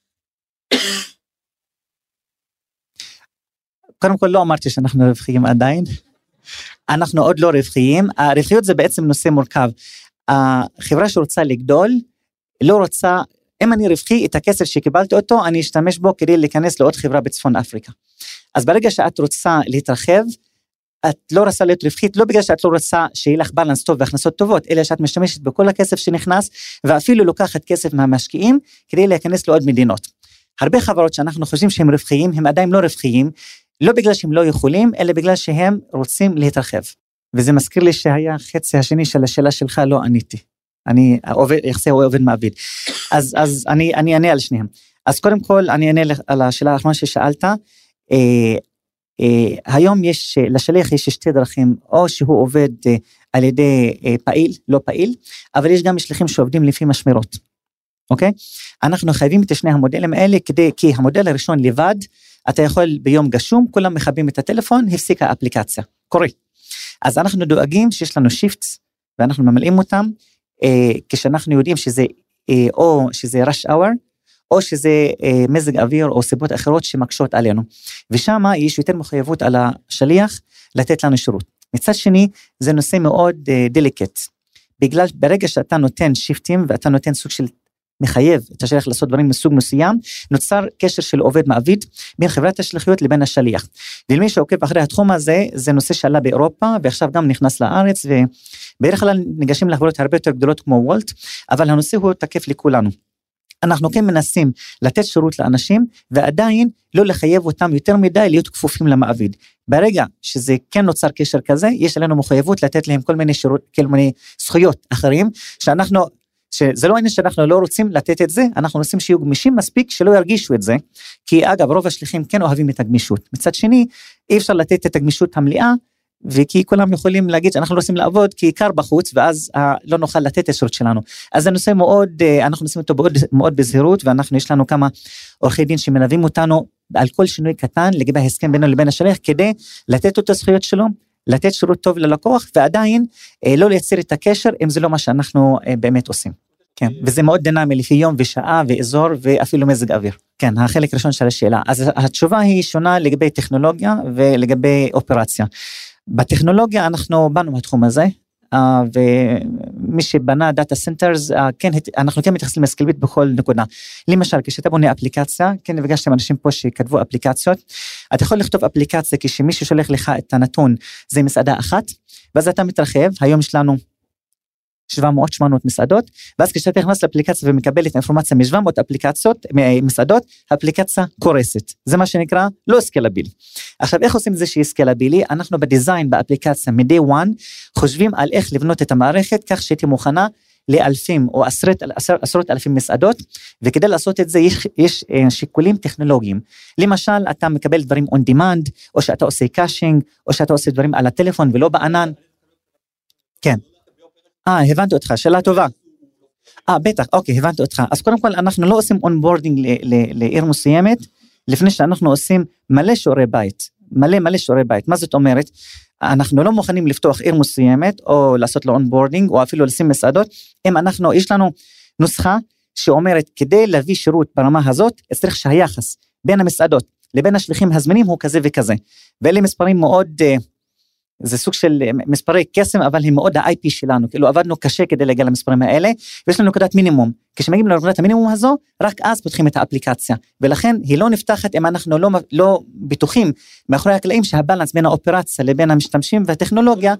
Speaker 4: קודם כל לא אמרתי שאנחנו רווחיים עדיין, אנחנו עוד לא רווחיים, הרווחיות זה בעצם נושא מורכב, החברה שרוצה לגדול, לא רוצה, אם אני רווחי, את הכסף שקיבלתי אותו, אני אשתמש בו כדי להיכנס לעוד חברה בצפון אפריקה, אז ברגע שאת רוצה להתרחב, את לא רוצה להיות רווחית, לא בגלל שאת לא רוצה שיהיה לך בלנס טוב והכנסות טובות, אלא שאת משתמשת בכל הכסף שנכנס, ואפילו לוקחת כסף מהמשקיעים, כדי להיכנס לעוד מדינות, הרבה חברות שאנחנו חושבים שהם רווחיים, הם עדיין לא רווחיים, לא בגלל שהם לא יכולים, אלא בגלל שהם רוצים להתרחב. וזה מזכיר לי שהיה חצי השני של השאלה שלך, לא עניתי. אני עובד, יחסי הוא עובד מעביד. אז, אז אני, אני אענה על שניהם. אז קודם כל, אני אענה על השאלה האחרונה ששאלת. אה, אה, היום יש, לשליח יש שתי דרכים, או שהוא עובד אה, על ידי אה, פעיל, לא פעיל, אבל יש גם שליחים שעובדים לפי משמרות. אוקיי? אנחנו חייבים את שני המודלים האלה, כדי, כי המודל הראשון לבד, אתה יכול ביום גשום, כולם מחבים את הטלפון, הפסיק האפליקציה, קורה. אז אנחנו דואגים שיש לנו שיפטס, ואנחנו ממלאים אותם, אה, כשאנחנו יודעים שזה, אה, או שזה rush hour, או שזה אה, מזג אוויר, או סיבות אחרות שמקשות עלינו. ושם יש יותר מחויבות על השליח, לתת לנו שירות. מצד שני, זה נושא מאוד אה, דליקט, בגלל ברגע שאתה נותן שיפטים, ואתה נותן סוג של מחייב את השליח לעשות דברים מסוג מסוים, נוצר קשר של עובד מעביד, בין חברת השליחיות לבין השליח. ולמי שעוקב אחרי התחום הזה, זה נושא שעלה באירופה, ועכשיו גם נכנס לארץ, ובדרך כלל ניגשים לחברות הרבה יותר גדולות כמו וולט, אבל הנושא הוא תקף לכולנו. אנחנו כן מנסים לתת שירות לאנשים, ועדיין לא לחייב אותם יותר מדי להיות כפופים למעביד. ברגע שזה כן נוצר קשר כזה, יש לנו מחויבות לתת להם כל מיני שירות, כל מיני זכויות אחרים, שאנחנו שזה לא עניין שאנחנו לא רוצים לתת את זה, אנחנו רוצים שיהיו גמישים מספיק שלא ירגישו את זה, כי אגב רוב השליחים כן אוהבים את הגמישות, מצד שני אי אפשר לתת את הגמישות המלאה, וכי כולם יכולים להגיד שאנחנו לא רוצים לעבוד כי עיקר בחוץ, ואז אה, לא נוכל לתת את השירות שלנו, אז זה נושא מאוד, אה, אנחנו עושים אותו מאוד, מאוד בזהירות, ואנחנו יש לנו כמה עורכי דין שמלווים אותנו, על כל שינוי קטן לגבי ההסכם בינו לבין השליח, כדי לתת את הזכויות שלו, לתת שירות טוב ללקוח, ועדיין אה, לא לייצר את הקשר, אם זה לא מה שאנחנו אה, באמת עושים. כן, וזה מאוד דינמי לפי יום ושעה ואזור ואפילו מזג אוויר. כן, החלק הראשון של השאלה. אז התשובה היא שונה לגבי טכנולוגיה ולגבי אופרציה. בטכנולוגיה אנחנו באנו מהתחום הזה, ומי שבנה דאטה סנטרס, כן, אנחנו כן מתייחסים לסקלבית בכל נקודה. למשל, כשאתה בונה אפליקציה, כן, נפגשתם אנשים פה שכתבו אפליקציות, אתה יכול לכתוב אפליקציה כשמישהו שולח לך את הנתון, זה מסעדה אחת, ואז אתה מתרחב, היום יש לנו שבע מאות שמונה מאות מסעדות, ואז כשאתה נכנס לאפליקציה ומקבל את האינפורמציה מ-שבע מאות אפליקציות, מסעדות, האפליקציה קורסת. זה מה שנקרא לא סקלבילי. עכשיו, איך עושים זה שהיא סקלבילי? אנחנו בדיזיין באפליקציה מ-day one, חושבים על איך לבנות את המערכת, כך שתהיה מוכנה לאלפים או עשרת, עשר, עשרות אלפים מסעדות, וכדי לעשות את זה יש, יש שיקולים טכנולוגיים. למשל, אתה מקבל דברים on demand, או שאתה עושה קאשינג, או שאתה עושה דברים על הטלפון ולא בענן. כן. אה, הבנתי אותך, שאלה טובה. אה, בטח, אוקיי, הבנתי אותך. אז קודם כל, אנחנו לא עושים אונבורדינג לעיר מסוימת, לפני שאנחנו עושים מלא שיעורי בית, מלא מלא שיעורי בית. מה זאת אומרת? אנחנו לא מוכנים לפתוח עיר מסוימת, או לעשות לו אונבורדינג, או אפילו לשים מסעדות, אם אנחנו, יש לנו נוסחה, שאומרת, כדי להביא שירות ברמה הזאת, צריך שהיחס בין המסעדות, לבין השליחים הזמינים, הוא כזה וכזה. ואלה מספרים מאוד, זה סוג של מספרי קסם, אבל הם מאוד ה-איי פי שלנו, כאילו עבדנו קשה כדי להגיע למספרים האלה, ויש לנו נקודת מינימום. כשמגיעים לנקודת המינימום הזו, רק אז פותחים את האפליקציה, ולכן היא לא נפתחת אם אנחנו לא, לא בטוחים מאחורי הקלעים שהבלנס בין האופרציה לבין המשתמשים והטכנולוגיה,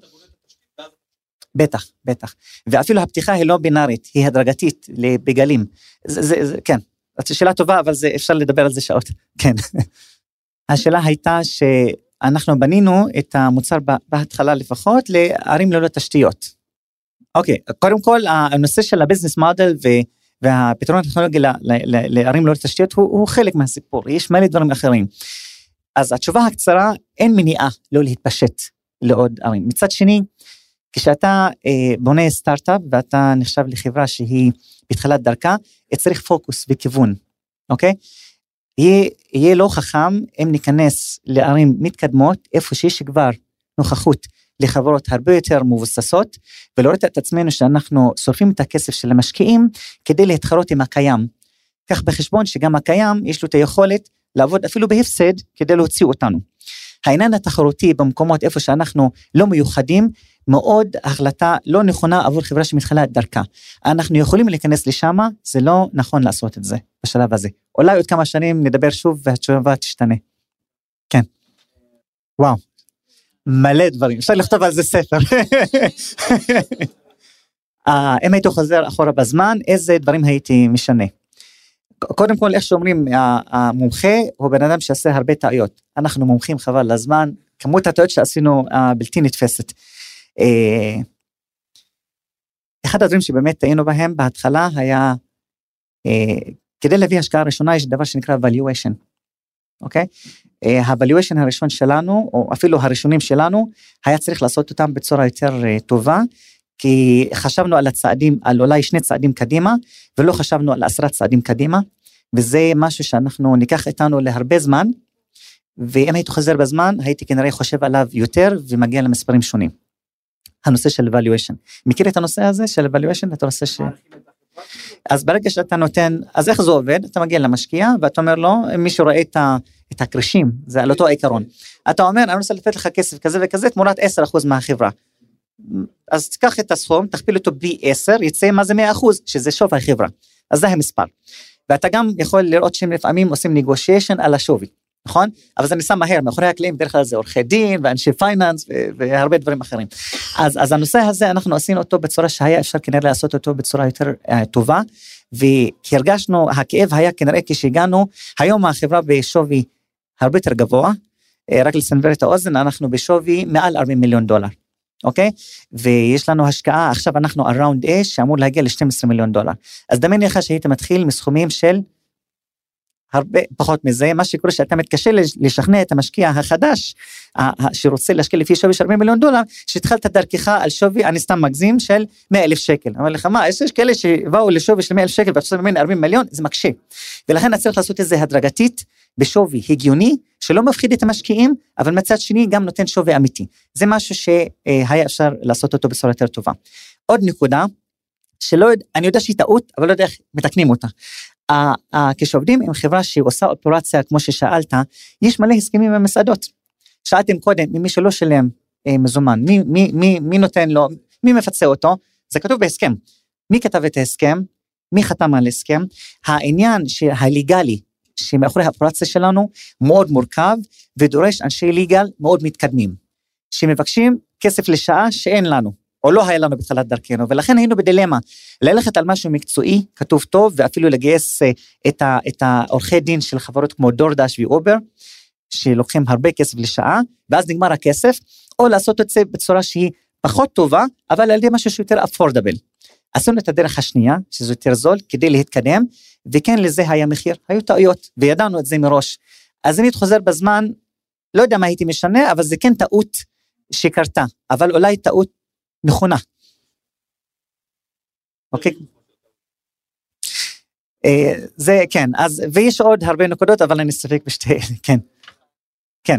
Speaker 4: בטח, בטח. ואפילו הפתיחה היא לא בינארית, היא הדרגתית בגלים. זה, זה, זה, כן, זו שאלה טובה, אבל זה, אפשר לדבר על זה שעות. כן. השאלה הייתה שאנחנו בנינו את המוצר בהתחלה לפחות לערים ללא תשתיות. אוקיי, קודם כל, הנושא של הביזנס מודל והפתרון הטכנולוגי לערים ללא תשתיות הוא, הוא חלק מהסיפור, יש מלא דברים אחרים. אז התשובה הקצרה, אין מניעה לא להתפשט לעוד ערים. מצד שני, כשאתה אה, בונה סטארט-אפ, ואתה נחשב לחברה שהיא בתחילת דרכה, צריך פוקוס וכיוון, אוקיי? יהיה, יהיה לא חכם אם ניכנס לערים מתקדמות, איפה שיש כבר נוכחות לחברות הרבה יותר מבוססות, ולראות את עצמנו שאנחנו שורפים את הכסף של המשקיעים, כדי להתחרות עם הקיים. כך בחשבון שגם הקיים יש לו את היכולת לעבוד אפילו בהפסד, כדי להוציא אותנו. העניין התחרותי במקומות איפה שאנחנו לא מיוחדים, מאוד החלטה לא נכונה עבור חברה שמתחילה את דרכה. אנחנו יכולים להיכנס לשם, זה לא נכון לעשות את זה בשלב הזה. אולי עוד כמה שנים נדבר שוב והתשובה תשתנה. כן. וואו. מלא דברים. אפשר לכתוב על זה ספר. אם הייתי חוזר אחורה בזמן, איזה דברים הייתי משנה? קודם כל, איך שאומרים, המומחה הוא בן אדם שעשה הרבה טעויות. אנחנו מומחים חבל לזמן, כמות הטעויות שעשינו בלתי נתפסת. אחד הדברים שבאמת טעינו בהם בהתחלה היה, כדי להביא השקעה ראשונה, יש דבר שנקרא valuation. אוקיי? ה-valuation הראשון שלנו, או אפילו הראשונים שלנו, היה צריך לעשות אותם בצורה יותר טובה, כי חשבנו על הצעדים, על אולי שני צעדים קדימה, ולא חשבנו על עשרה צעדים קדימה, וזה משהו שאנחנו ניקח איתנו להרבה זמן, ואם הייתי חוזר בזמן, הייתי כנראה חושב עליו יותר, ומגיע למספרים שונים. הנושא של valuation. מכיר את הנושא הזה של valuation? אתה עושה ש... אז ברגע שאתה נותן, אז איך זה עובד? אתה מגיע למשקיע, ואתה אומר לו, מי שרואה את, ה, את הקרישים, זה על אותו העיקרון. אתה אומר, אני רוצה לתת לך כסף כזה וכזה, תמורת עשרה אחוז מהחברה. אז תיקח את הסכום, תכפיל אותו בי עשר, יצא מה זה מאה אחוז, שזה שווי החברה. אז זה המספר. ואתה גם יכול לראות שהם לפעמים עושים negotiation על השווי, נכון? אבל זה ניסה מהר, מאחורי הקלעים, דרך כלל זה עורכי דין, ואנשי פייננס, והרבה דברים אחרים. אז, אז הנושא הזה, אנחנו עשינו אותו בצורה שהיה אפשר כנראה לעשות אותו בצורה יותר uh, טובה, וכי הרגשנו, הכאב היה כנראה כשהגענו, היום החברה בשווי הרבה יותר גבוה, uh, רק לסנבר את האוזן, אנחנו בשווי מעל ארבעים מיליון דולר. אוקיי? ויש לנו השקעה, עכשיו אנחנו על ראונד A, שאמור להגיע ל-שנים עשר מיליון דולר. אז דמיין לך שהיית מתחיל מסכומים של הרבה פחות מזה, מה שקורה שאתה מתקשה לשכנע את המשקיע החדש, שרוצה להשקיע לפי שווי של ארבעים מיליון דולר, שהתחלת דרכך על שווי, אני סתם מגזים, של מאה אלף שקל. אומר לך, מה, יש כאלה שבאו לשווי של מאה אלף שקל, ועכשיו ממני ארבעים מיליון, זה מקשה. ולכן צריך לעשות את זה הדרגתית, בשווי הגיוני, שלא מפחיד את המשקיעים, אבל מצד שני גם נותן שווי אמיתי. זה משהו שהיה אפשר לעשות אותו בצורה יותר טובה. עוד נקודה, שלא, אני יודע שהיא טעות, אבל לא יודע איך מתקנים אותה. כשעובדים עם חברה שעושה אופרציה, כמו ששאלת, יש מלא הסכמים עם מסעדות. שאלתם קודם, ממי שלא שלם מזומן, מי, מי, מי, מי נותן לו, מי מפצה אותו, זה כתוב בהסכם. מי כתב את ההסכם? מי חתם על הסכם? העניין הליגלי, שמאחורי האופרציה שלנו, מאוד מורכב, ודורש אנשי ליגל מאוד מתקדמים, שמבקשים כסף לשעה שאין לנו, או לא היה לנו בתחילת דרכנו, ולכן היינו בדילמה, ללכת על משהו מקצועי, כתוב טוב, ואפילו לגייס את, ה, את העורכי דין של חברות כמו דורדש ואובר, שלוקחים הרבה כסף לשעה, ואז נגמר הכסף, או לעשות את זה בצורה שהיא פחות טובה, אבל על ידי משהו שיותר אפורדבל. עשינו את הדרך השנייה, שזה יותר זול, כדי להתקדם, וכן לזה היה מחיר, היו טעויות, וידענו את זה מראש. אז אם חוזר בזמן, לא יודע מה הייתי משנה, אבל זה כן טעות שקרתה, אבל אולי טעות נכונה. אוקיי? זה כן, אז, ויש עוד הרבה נקודות, אבל אני אסתפק בשתי, כן. כן.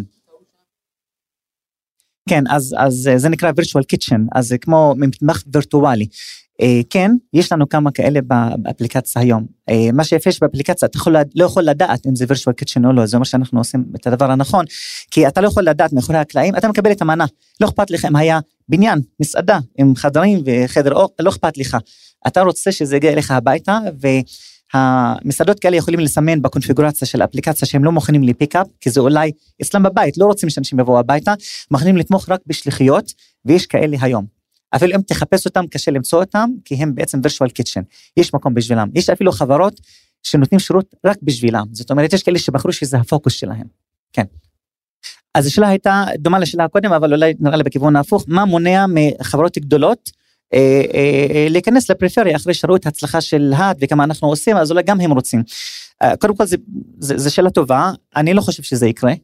Speaker 4: כן, אז, אז זה נקרא virtual kitchen, אז זה כמו מטבח וירטואלי. כן, יש לנו כמה כאלה באפליקציה היום. מה שיפש באפליקציה, אתה יכול, לא יכול לדעת אם זה virtual kitchen או לא, זה אומר שאנחנו עושים את הדבר הנכון, כי אתה לא יכול לדעת מאחורי הקלעים, אתה מקבל את המנה, לא אכפת לך אם היה בניין, מסעדה, עם חדרים וחדר אוכל, לא אכפת לך. אתה רוצה שזה יגיע אליך הביתה, והמסעדות כאלה יכולים לסמן בקונפיגורציה של האפליקציה, שהם לא מוכנים לפיקאפ, כי זה אולי אצלם בבית, לא רוצים שאנשים יבואו הביתה, מוכנים לתמוך רק בשליחיות, ויש כאלה היום. אפילו אם תחפש אותם, קשה למצוא אותם, כי הם בעצם virtual kitchen. יש מקום בשבילם. יש אפילו חברות שנותנים שירות רק בשבילם. זאת אומרת, יש כאלה שבחרו שזה הפוקוס שלהם. כן. אז השאלה הייתה דומה לשאלה הקודם, אבל אולי נראה לי בכיוון ההפוך, מה מונע מחברות גדולות אה, אה, להיכנס לפריפריה, אחרי שראו את ההצלחה של האד, וכמה אנחנו עושים, אז אולי גם הם רוצים. אה, קודם כל, זה, זה, זה שאלה טובה, אני לא חושב שזה יקרה.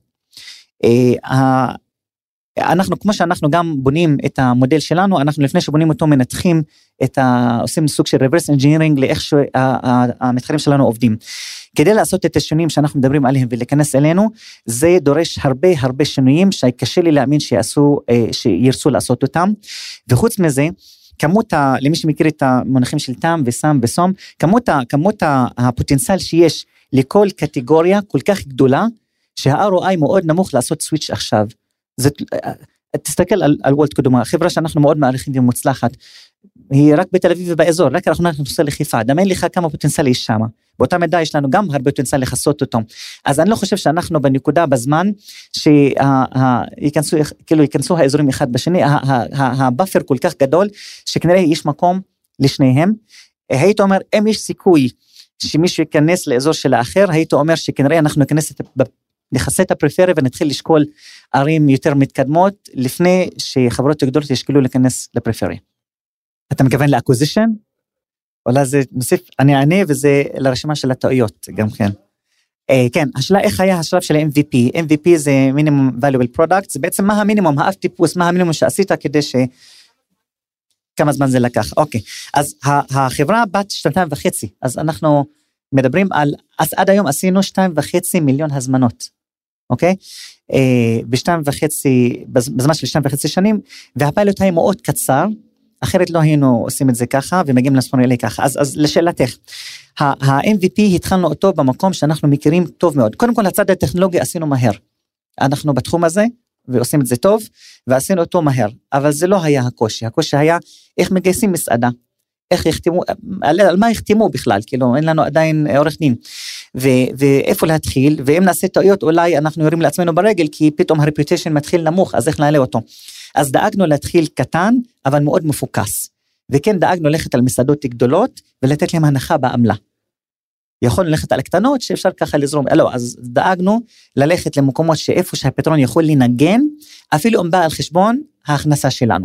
Speaker 4: אה, אנחנו, כמו שאנחנו גם בונים את המודל שלנו, אנחנו לפני שבונים אותו מנתחים את ה... עושים סוג של reverse engineering לאיך שהמתחרים שלנו עובדים. כדי לעשות את השינויים שאנחנו מדברים עליהם ולהיכנס אלינו, זה דורש הרבה הרבה שינויים שקשה לי להאמין שיעשו, שירצו לעשות אותם. וחוץ מזה, כמות, ה, למי שמכיר את המונחים של טעם וסם וסום, כמות, ה, כמות הפוטנציאל שיש לכל קטגוריה כל כך גדולה, שה-אר או איי מאוד נמוך לעשות סוויץ' עכשיו. זה, תסתכל על, על וולט קדומה, חברה שאנחנו מאוד מעריכים ומוצלחת, היא רק בתל אביב ובאזור, רק אנחנו נוסע לחיפה, דמיין לך כמה פוטנציאל יש שם, באותה מידה יש לנו גם הרבה פוטנציאל לחסות אותו, אז אני לא חושב שאנחנו בנקודה בזמן, שייכנסו, כאילו ייכנסו האזורים אחד בשני, הבאפר כל כך גדול, שכנראה יש מקום לשניהם, היית אומר, אם יש סיכוי, שמישהו ייכנס לאזור של האחר, היית אומר שכנראה אנחנו ניכנס נחסה את הפריפריה ונתחיל לשקול ערים יותר מתקדמות, לפני שחברות גדולות ישקלו להיכנס לפריפריה. אתה מכוון לאקוזישן? אולי זה נוסיף, אני אענה וזה לרשימה של הטעויות גם כן. אה, כן, השאלה איך היה השלב של ה-אם וי פי? אם וי פי זה Minimum Valuable Product, זה בעצם מה המינימום, האף טיפוס, מה המינימום שעשית כדי ש... כמה זמן זה לקח, אוקיי. אז החברה בת שנתיים וחצי, אז אנחנו מדברים על, אז עד היום עשינו שתיים וחצי מיליון הזמנות. אוקיי? בשתיים וחצי, בזמן של שתיים וחצי שנים, והפיילוט היה מאוד קצר, אחרת לא היינו עושים את זה ככה, ומגיעים לספורט אלי ככה. אז, אז לשאלתך, ה-אם וי פי התחלנו אותו במקום שאנחנו מכירים טוב מאוד. קודם כל, הצד הטכנולוגי עשינו מהר. אנחנו בתחום הזה, ועושים את זה טוב, ועשינו אותו מהר. אבל זה לא היה הקושי. הקושי היה איך מגייסים מסעדה. איך יחתמו, על, על מה יחתמו בכלל, כאילו אין לנו עדיין עורך דין, ו, ואיפה להתחיל, ואם נעשה טעויות, אולי אנחנו יורים לעצמנו ברגל, כי פתאום הרפיוטיישן מתחיל נמוך, אז איך נעלה אותו? אז דאגנו להתחיל קטן, אבל מאוד מפוקס, וכן דאגנו ללכת על מסעדות גדולות, ולתת להם הנחה בעמלה. יכולנו ללכת על הקטנות, שאפשר ככה לזרום, לא, אז דאגנו ללכת למקומות שאיפה שהפתרון יכול לנגן, אפילו אם בא על חשבון ההכנסה שלנו.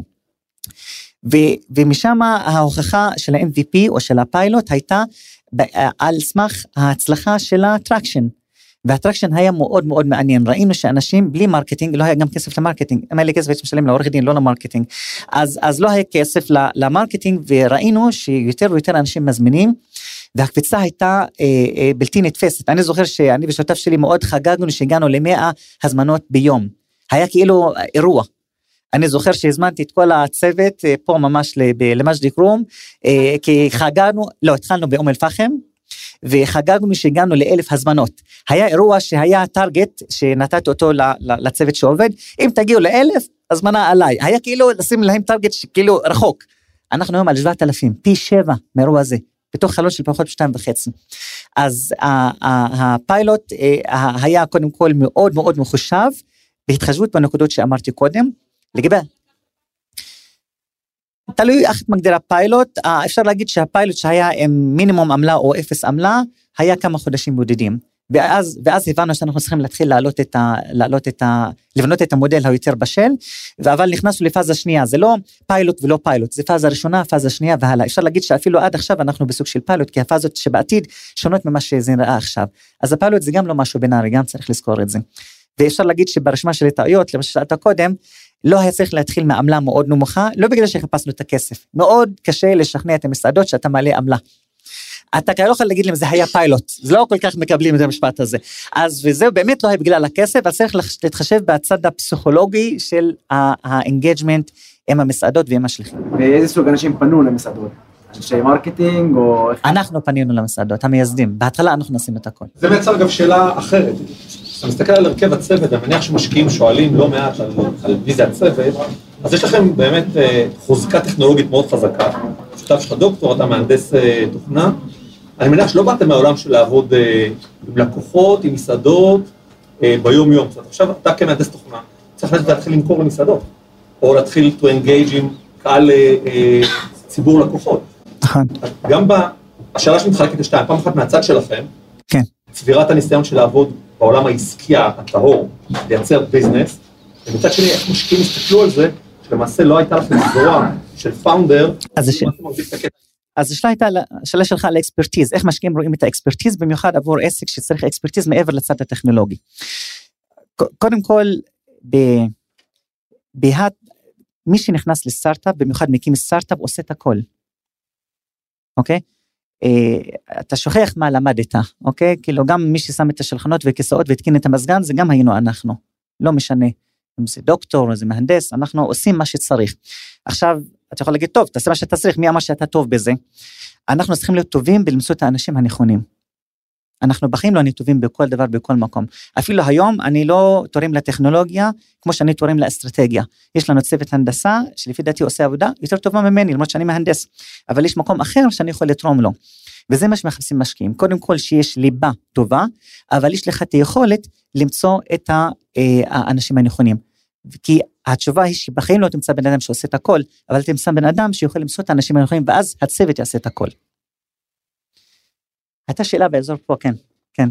Speaker 4: ו- ומשם ההוכחה של ה-אם וי פי או של הפיילוט הייתה על סמך ההצלחה של הטרקשן, והטרקשן היה מאוד מאוד מעניין, ראינו שאנשים בלי מרקטינג, לא היה גם כסף למרקטינג, אם היה לי כסף הייתי משלם לעורך דין, לא למרקטינג, אז, אז לא היה כסף למרקטינג, וראינו שיותר ויותר אנשים מזמינים, והקפיצה הייתה אה, אה, בלתי נתפסת, אני זוכר שאני ושותף שלי מאוד חגגנו שהגענו ל-מאה הזמנות ביום, היה כאילו אירוע, אני זוכר שהזמנתי את כל הצוות פה ממש למג'די קרום, כי חגגנו, לא, התחלנו באום אל פחם, וחגגנו שהגענו לאלף הזמנות. היה אירוע שהיה טרגט, שנתתי אותו לצוות שעובד, אם תגיעו לאלף, הזמנה עליי. היה כאילו לשים להם טרגט שכאילו רחוק. אנחנו היום על שבעת אלפים, פי שבע מאירוע הזה, בתוך חלון של פחות שתיים וחצי. אז הפיילוט היה קודם כל מאוד מאוד מחושב, בהתחשבות בנקודות שאמרתי קודם, לגבי, תלוי איך מגדיר הפיילוט, אפשר להגיד שהפיילוט שהיה עם מינימום עמלה או אפס עמלה, היה כמה חודשים בודדים, ואז, ואז הבנו שאנחנו צריכים להתחיל לעלות את ה, לעלות את ה, לבנות את המודל היותר בשל, אבל נכנסנו לפאזה שנייה, זה לא פיילוט ולא פיילוט, זה פאזה ראשונה, פאזה שנייה והלאה, אפשר להגיד שאפילו עד עכשיו אנחנו בסוג של פיילוט, כי הפאזות שבעתיד שונות ממה שזה נראה עכשיו, אז הפיילוט זה גם לא משהו בינארי, גם צריך לזכור את זה, ואפשר להגיד שברשימה של הטעויות, למשל שאלת קודם, לא היה צריך להתחיל מעמלה מאוד נמוכה, לא בגלל שחיפשנו את הכסף, מאוד קשה לשכנע את המסעדות שאתה מעלה עמלה, אתה כאן לא יכול להגיד להם, זה היה פיילוט, זה לא כל כך מקבלים את המשפט הזה, אז וזהו באמת לא היה בגלל הכסף, אז צריך להתחשב בצד הפסיכולוגי של האנגייג'מנט עם המסעדות ועם השליחים.
Speaker 6: ואיזה סוג אנשים פנו למסעדות? אנשי מרקטינג או... אנחנו
Speaker 4: פנינו למסעדות, המייסדים, בהתחלה אנחנו נשים את הכל.
Speaker 7: זה מייצר אגב שאלה אחרת, אתה מסתכל על הרכב הצוות, אני מניח שמשקיעים שואלים לא מעט על, על מי זה הצוות, אז יש לכם באמת חוזקה טכנולוגית מאוד חזקה, שותף שלך דוקטור, אתה מהנדס תוכנה, אני מניח שלא באתם מהעולם של לעבוד עם לקוחות, עם מסעדות, ביום יום, עכשיו אתה כמהנדס תוכנה, צריך להתחיל למכור למסעדות, או להתחיל to engage עם קהל ציבור לקוחות.
Speaker 4: נכון.
Speaker 7: גם השאלה שמתחלקת לשתיים, פעם אחת מהצד שלכם,
Speaker 4: כן.
Speaker 7: צבירת הניסיון של לעבוד בעולם העסקי הטהור, לייצר ביזנס, ומצד שני, איך משקיעים הסתכלו על זה, שלמעשה לא הייתה לכם זרוע של פאונדר,
Speaker 4: אז השאלה, אז השאלה הייתה, השאלה שלך על האקספרטיז, איך משקיעים רואים את האקספרטיז, במיוחד עבור עסק שצריך אקספרטיז מעבר לצד הטכנולוגי. קודם כל, בהת, מי שנכנס לסטארט-אפ, במיוחד מקים סטארט-אפ, עושה את הכל. אוקיי? אתה שוכח מה למדת, אוקיי? כאילו גם מי ששם את השולחנות וכיסאות והתקין את המזגן, זה גם היינו אנחנו. לא משנה אם זה דוקטור או זה מהנדס, אנחנו עושים מה שצריך. עכשיו, אתה יכול להגיד, טוב, תעשה מה שאתה צריך, מי אמר שאתה טוב בזה? אנחנו צריכים להיות טובים בלמצוא את האנשים הנכונים. אנחנו בחיים לא אני טובים בכל דבר, בכל מקום. אפילו היום אני לא תורם לטכנולוגיה, כמו שאני תורם לאסטרטגיה. יש לנו צוות הנדסה, שלפי דעתי עושה עבודה, יותר טובה ממני, למרות שאני מהנדס. אבל יש מקום אחר שאני יכול לתרום לו. וזה מה שמחפשים משקיעים. קודם כל שיש ליבה טובה, אבל יש לך את היכולת למצוא את האנשים הנכונים. כי התשובה היא שבחיים לא תמצא בן אדם שעושה את הכל, אבל תמצא בן אדם שיכול למצוא את האנשים הנכונים, ואז הצוות יעשה את הכל. הייתה שאלה באזור פה, כן, כן.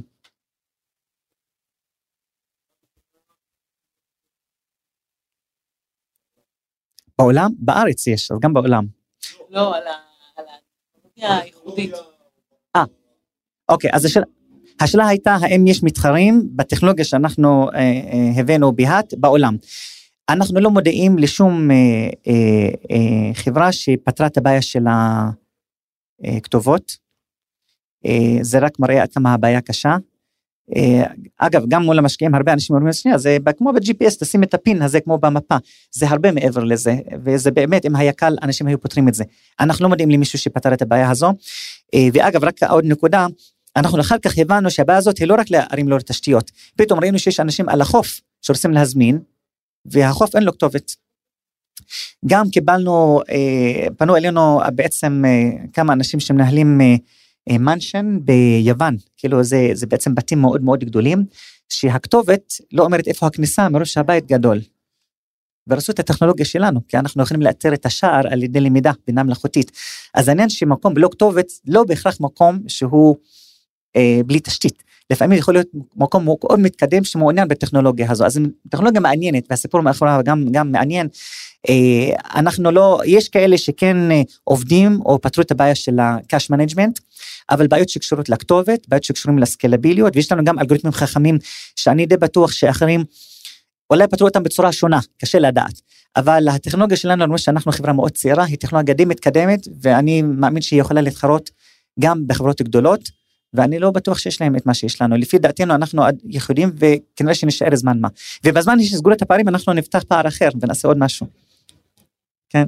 Speaker 4: בעולם? בארץ יש, אז גם בעולם.
Speaker 3: לא, על הטכנולוגיה הייחודית.
Speaker 4: אה, אוקיי, אז השאלה, השאלה הייתה, האם יש מתחרים בטכנולוגיה שאנחנו אה, אה, הבאנו בהת בעולם. אנחנו לא מודעים לשום אה, אה, אה, חברה שפתרה את הבעיה של הכתובות, זה רק מראה כמה הבעיה קשה. אגב, גם מול המשקיעים, הרבה אנשים אומרים, שנייה, זה כמו ב-ג'י פי אס, תשים את הפין הזה כמו במפה, זה הרבה מעבר לזה, וזה באמת, אם היה קל, אנשים היו פותרים את זה. אנחנו לא מודעים למישהו שפתר את הבעיה הזו, ואגב, רק עוד נקודה, אנחנו אחר כך הבנו שהבעיה הזאת היא לא רק להרים לו לתשתיות, פתאום ראינו שיש אנשים על החוף שרוצים להזמין, והחוף אין לו כתובת. גם קיבלנו, פנו אלינו בעצם כמה אנשים שמנהלים מנשן ביוון, כאילו זה, זה בעצם בתים מאוד מאוד גדולים, שהכתובת לא אומרת איפה הכניסה, מרוב שהבית גדול. ורצו את הטכנולוגיה שלנו, כי אנחנו יכולים לאתר את השער על ידי למידה בינה מלאכותית. אז העניין שמקום בלא כתובת, לא בהכרח מקום שהוא אה, בלי תשתית. לפעמים יכול להיות מקום מאוד מתקדם שמעוניין בטכנולוגיה הזו. אז טכנולוגיה מעניינת, והסיפור מאחוריה גם, גם מעניין. אה, אנחנו לא, יש כאלה שכן אה, עובדים או פתרו את הבעיה של ה-cash management, אבל בעיות שקשורות לכתובת, בעיות שקשורים לסקלביליות, ויש לנו גם אלגוריתמים חכמים, שאני די בטוח שאחרים, אולי פתרו אותם בצורה שונה, קשה לדעת, אבל הטכנולוגיה שלנו, למרות שאנחנו חברה מאוד צעירה, היא טכנולוגיה די מתקדמת, ואני מאמין שהיא יכולה להתחרות גם בחברות גדולות, ואני לא בטוח שיש להם את מה שיש לנו, לפי דעתנו אנחנו ייחודים, וכנראה שנשאר זמן מה, ובזמן שסגור את הפערים, אנחנו נפתח פער אחר, ונעשה עוד משהו. כן.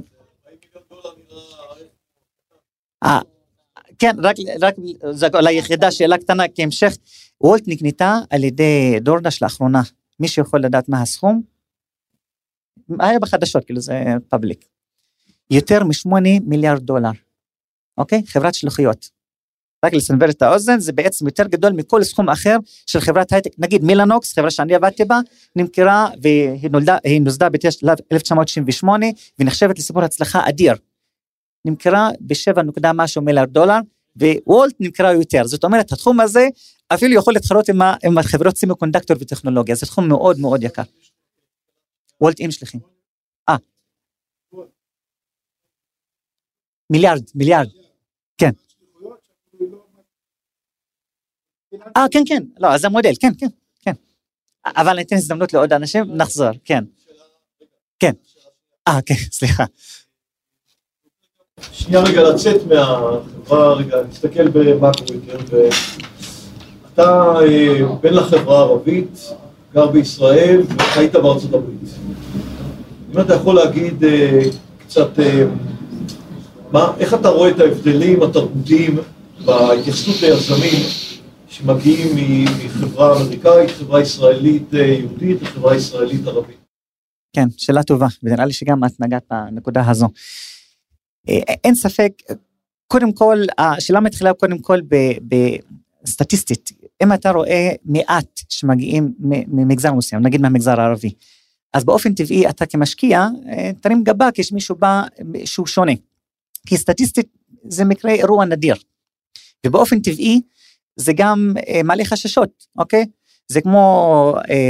Speaker 4: אה, כן, רק, רק, זו ליחידה שאלה קטנה, כהמשך, וולט נקנתה על ידי דורדש לאחרונה, מי שיכול לדעת מה הסכום, היה בחדשות, כאילו זה פאבליק, יותר משמונה מיליארד דולר, אוקיי? חברת שלוחיות, רק לסנבר את האוזן, זה בעצם יותר גדול מכל סכום אחר, של חברת הייטק, נגיד מילנוקס, חברה שאני עבדתי בה, נמכרה, והיא נולדה, היא נוסדה ב-אלף תשע מאות תשעים ושמונה, ונחשבת לסיפור הצלחה אדיר, נמכרה בשבע נקודה משהו מיליארד דולר, ווולט נמכרה יותר, זאת אומרת, התחום הזה, אפילו יכול להתחרות עם, עם החברות סמיקונדקטור וטכנולוגיה, זה תחום מאוד מאוד יקר. וולט אם שליחים. אה. מיליארד, מיליארד. כן. אה, כן, כן. לא, אז המודל, כן, כן, כן. אבל ניתן הזדמנות לעוד אנשים, נחזור, כן. כן. אה, כן, סליחה.
Speaker 8: שנייה רגע לצאת מהחברה, רגע, נסתכל במקרו יותר, ואתה בן לחברה הערבית, גר בישראל, וחיית בארצות הברית. אם אתה יכול להגיד קצת, מה, איך אתה רואה את ההבדלים התרבותיים בהתייחסות ליזמים שמגיעים מחברה אמריקאית, חברה ישראלית יהודית וחברה ישראלית ערבית?
Speaker 4: כן, שאלה טובה, ונראה לי שגם את נגעת בנקודה הזו. אין ספק, קודם כל, השאלה מתחילה קודם כל בסטטיסטית, אם אתה רואה מעט שמגיעים ממגזר מסוים, נגיד מהמגזר הערבי, אז באופן טבעי אתה כמשקיע, תרים גבה כשיש מישהו בא שהוא שונה, כי סטטיסטית זה מקרה אירוע נדיר, ובאופן טבעי זה גם מעלה חששות, אוקיי? זה כמו,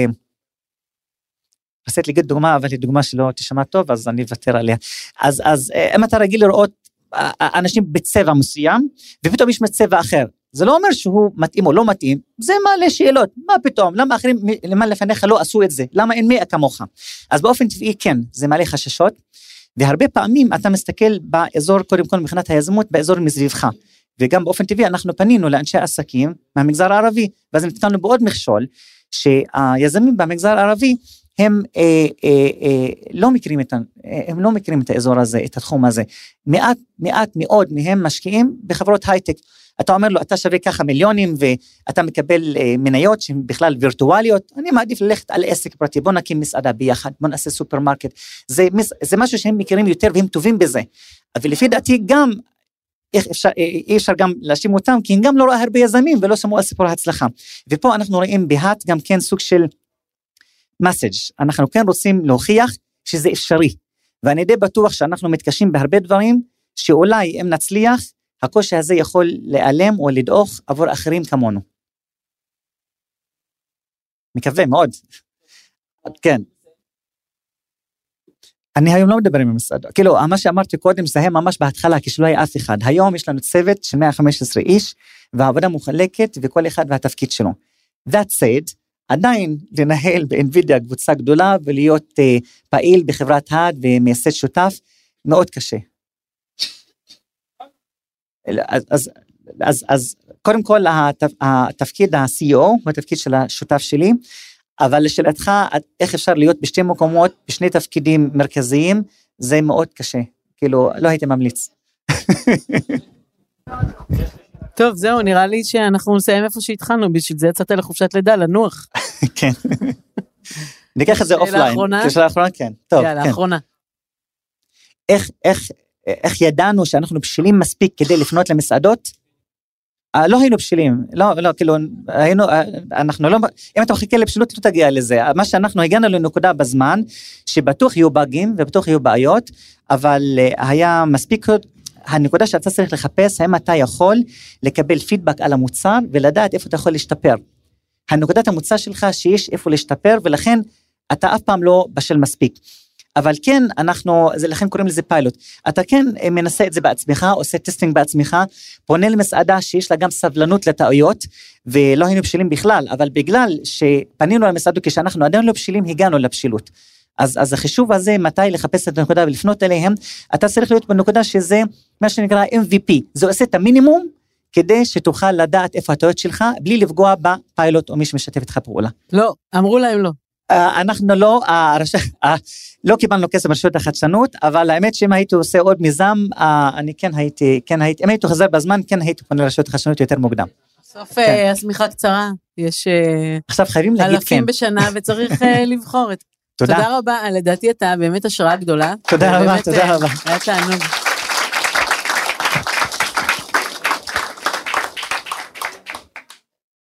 Speaker 4: רצית להגיד דוגמה, אבל היא דוגמה שלא תשמע טוב, אז אני אוותר עליה. אז, אז אם אתה רגיל לראות אנשים בצבע מסוים, ופתאום יש מצבע אחר, זה לא אומר שהוא מתאים או לא מתאים, זה מעלה שאלות, מה פתאום, למה אחרים, למה לפניך לא עשו את זה, למה אין מאה כמוך? אז באופן טבעי כן, זה מעלה חששות, והרבה פעמים אתה מסתכל באזור, קודם כל מבחינת היזמות, באזור מסביבך, וגם באופן טבעי אנחנו פנינו לאנשי עסקים מהמגזר הערבי, ואז נתקלנו בעוד מכשול, שהיזמים במגזר הערבי, הם אה, אה, אה, לא מכירים את, הם לא מכירים את האזור הזה, את התחום הזה. מעט, מעט מאוד מהם משקיעים בחברות הייטק. אתה אומר לו, אתה שווה ככה מיליונים, ואתה מקבל אה, מניות שהן בכלל וירטואליות. אני מעדיף ללכת על עסק פרטי, בוא נקים מסעדה ביחד, בוא נעשה סופרמרקט. זה, זה משהו שהם מכירים יותר, והם טובים בזה. ולפי דעתי גם, איך אפשר, אי אפשר גם להאשים אותם, כי הם גם לא רואה הרבה יזמים, ולא שמעו על סיפור ההצלחה. ופה אנחנו רואים בהת גם כן סוג של מסאג', אנחנו כן רוצים להוכיח שזה אפשרי, ואני די בטוח שאנחנו מתקשים בהרבה דברים, שאולי אם נצליח, הקושי הזה יכול להיעלם או לדעוך עבור אחרים כמונו. מקווה מאוד. כן. אני היום לא מדבר עם המסעדה, כאילו, מה שאמרתי קודם, זה היה ממש בהתחלה, כשלא היה אף אחד. היום יש לנו צוות של מאה וחמש עשרה איש, והעבודה מוחלקת, וכל אחד והתפקיד שלו. That said, עדיין לנהל באנווידיה קבוצה גדולה, ולהיות uh, פעיל בחברת הד, ומייסד שותף, מאוד קשה. אז, אז, אז, אז קודם כל, התפ, התפקיד ה-סי אי או, הוא התפקיד של השותף שלי, אבל לשאלתך, איך אפשר להיות בשתי מקומות, בשני תפקידים מרכזיים, זה מאוד קשה. כאילו, לא הייתי ממליץ.
Speaker 3: טוב, זהו, נראה לי שאנחנו נסיים איפה שהתחלנו, בשביל זה יצאת לחופשת לידה, לנוח.
Speaker 4: כן. ניקח את זה אופליין. שאלה האחרונה, כן. טוב,
Speaker 3: יאללה,
Speaker 4: כן.
Speaker 3: האחרונה.
Speaker 4: איך, איך, איך ידענו שאנחנו בשלים מספיק כדי לפנות למסעדות? לא היינו בשלים, לא, לא, כאילו, היינו, אנחנו לא, אם אתה מחכה לבשלות, לא תגיע לזה. מה שאנחנו הגענו לנקודה בזמן, שבטוח יהיו באגים, ובטוח יהיו בעיות, אבל היה מספיק, הנקודה שאתה צריך לחפש, האם אתה יכול לקבל פידבק על המוצר, ולדעת איפה אתה יכול להשתפר. הנקודת המוצר שלך, שיש איפה להשתפר, ולכן אתה אף פעם לא בשל מספיק. אבל כן, אנחנו, זה לכן קוראים לזה פיילוט. אתה כן מנסה את זה בעצמך, עושה טסטינג בעצמך, פונה למסעדה שיש לה גם סבלנות לטעויות, ולא היינו בשלים בכלל, אבל בגלל שפנינו למסעדות, כשאנחנו עדיין לא בשלים, הגענו לבשילות. אז, אז החישוב הזה, מתי לחפש את הנקודה ולפנות אליהם, אתה צריך להיות בנקודה שזה מה שנקרא אם וי פי, זה עושה את המינימום, כדי שתוכל לדעת איפה הטעויות שלך, בלי לפגוע בפיילוט או מי שמשתף איתך פעולה.
Speaker 3: לא, אמרו להם לא.
Speaker 4: אנחנו לא, לא קיבלנו כסף ברשות החדשנות, אבל האמת שאם הייתי עושה עוד מיזם, אני כן הייתי, כן הייתי, אם הייתי חוזר בזמן, כן הייתי פונה לרשות החדשנות יותר מוקדם.
Speaker 3: בסוף הסמיכה קצרה, יש
Speaker 4: עכשיו חייבים להגיד כן.
Speaker 3: אלפים בשנה וצריך לבחור את. תודה רבה, לדעתי אתה באמת השראה גדולה.
Speaker 4: תודה רבה, תודה רבה.
Speaker 3: היה תענוג.